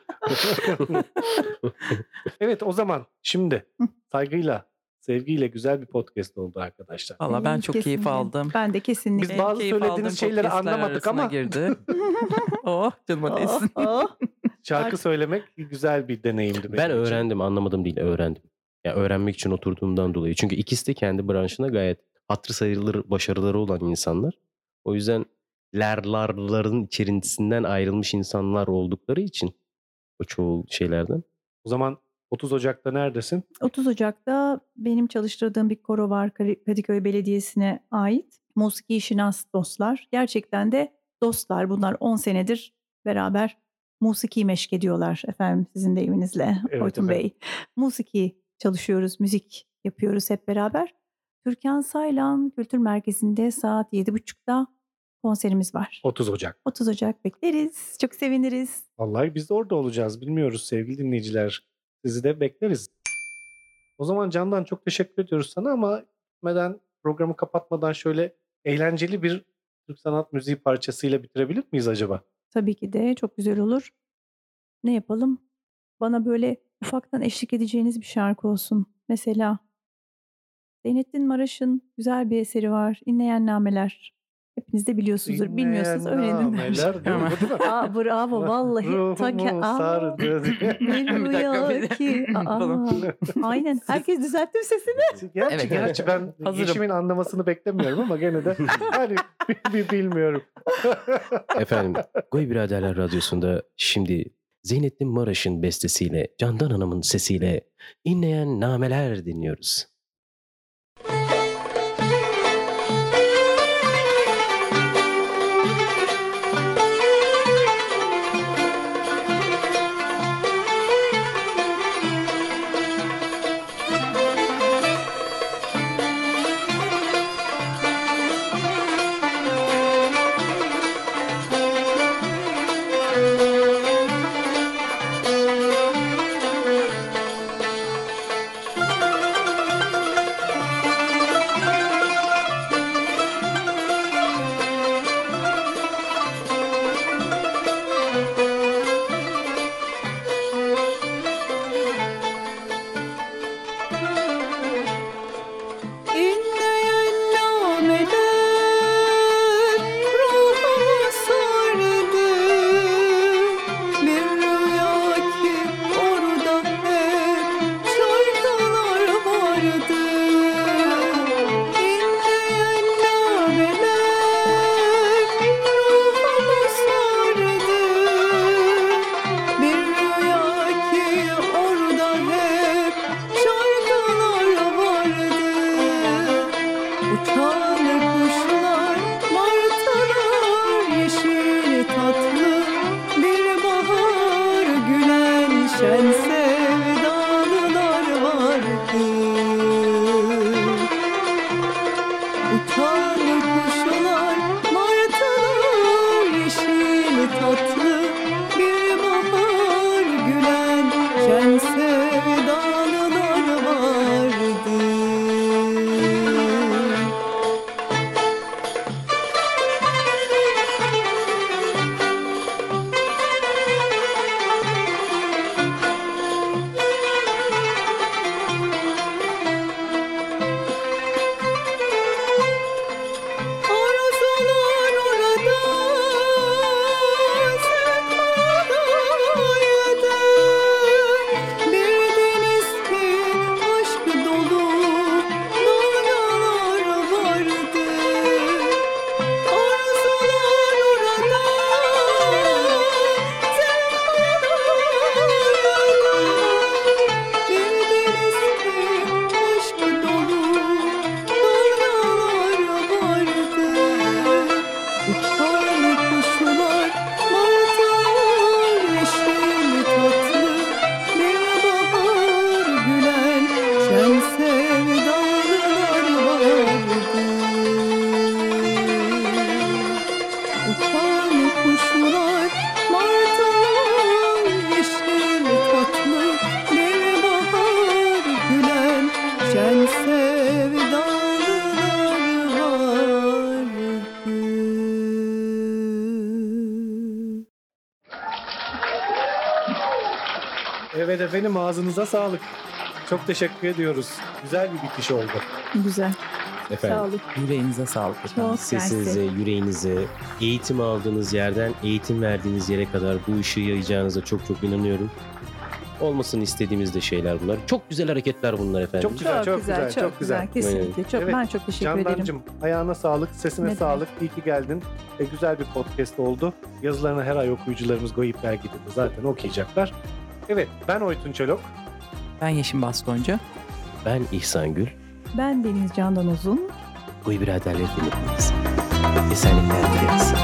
Evet o zaman şimdi saygıyla, sevgiyle güzel bir podcast oldu arkadaşlar. Valla ben Evet, çok keyif kesinlikle. aldım. Ben de kesinlikle. Biz bazı keyif söylediğiniz aldığım şeyleri podcastler anlamadık arasına ama- girdi. Oh canıma Oh, değsin. oh. Şarkı söylemek güzel bir deneyimdi benim Ben için. öğrendim, anlamadım değil, öğrendim. Ya öğrenmek için oturduğumdan dolayı. Çünkü ikisi de kendi branşına gayet hatırı sayılır başarıları olan insanlar. O yüzden lerlarların içerisinden ayrılmış insanlar oldukları için o çoğu şeylerden. O zaman otuz Ocak'ta neredesin? otuz Ocak'ta benim çalıştırdığım bir koro var Kari- Kadıköy Belediyesi'ne ait. Musiki şinas dostlar. Gerçekten de dostlar. Bunlar on senedir beraber musiki meşk ediyorlar efendim sizin deyiminizle Evet Oytun efendim. Bey. Musiki çalışıyoruz, müzik yapıyoruz hep beraber. Türkan Saylan Kültür Merkezi'nde saat yedi buçukta konserimiz var. otuz Ocak. otuz Ocak bekleriz. Çok seviniriz. Vallahi biz de orada olacağız. Bilmiyoruz sevgili dinleyiciler. Sizi de bekleriz. O zaman Candan çok teşekkür ediyoruz sana ama gitmeden programı kapatmadan şöyle eğlenceli bir Türk sanat müziği parçasıyla bitirebilir miyiz acaba? Tabii ki de çok güzel olur. Ne yapalım? Bana böyle ufaktan eşlik edeceğiniz bir şarkı olsun. Mesela Zeynettin Maraş'ın güzel bir eseri var. İnleyen Nameler. Hepiniz de biliyorsunuzdur. Bilmiyorsanız öğrenin. Nameler, değil mi? Bu değil mi? Aa, bravo vallahi. Ta ke- Ruhumu Aa, sardı. bir Bir dakika, bir rüya ki. Aa, Falan. aynen. Herkes düzeltti mi sesini? Gerçi, Evet, gerçi ben Hazırım. Yeşim'in anlamasını beklemiyorum ama gene de hani bi- bi- bilmiyorum. Efendim Goy Biraderler Radyosu'nda şimdi Zeynettin Maraş'ın bestesiyle Candan Hanım'ın sesiyle inleyen nameler dinliyoruz. Uçan kuşlar, martılar, yeşil tatlı bir bahar, gülen şen sevdalılar vardı. Arzular orada, sevdaydı. Bir deniz ki aşk dolu dalgalar vardı. Arzular orada, sevdaydı. Bir deniz ki aşk dolu dalgalar vardı. Uçan kuşlar, martılar, yeşil tatlı bir bahar, gülen şen sevdalılar vardı. Uçan kuşlar, martılar, yeşil tatlı bir bahar, gülen şen sevdalılar vardı. Evet efendim, ağzınıza sağlık. Çok teşekkür ediyoruz. Güzel bir bitiş oldu. Güzel. Sağ Efendim olun. Yüreğinize sağlık efendim. Çok sesinize, mersi. yüreğinize, eğitim aldığınız yerden eğitim verdiğiniz yere kadar bu ışığı yayacağınıza çok çok inanıyorum. Olmasını istediğimiz de şeyler bunlar. Çok güzel hareketler bunlar efendim. Çok güzel, çok güzel, çok güzel. Kesinlikle. Çok, Evet, ben çok teşekkür ederim. Candancığım, ayağına sağlık, sesine Ne demek. sağlık. İyi ki geldin. E, güzel bir podcast oldu. Yazılarını her ay okuyucularımız Goyip Dergi'de de zaten okuyacaklar. Evet, ben Oytun Çolok. Ben Yeşim Bastoncu. Ben İhsan Gül. Ben Deniz Candan Uzun. Goy biraderleri dinlediniz. Esenlikler dileriz.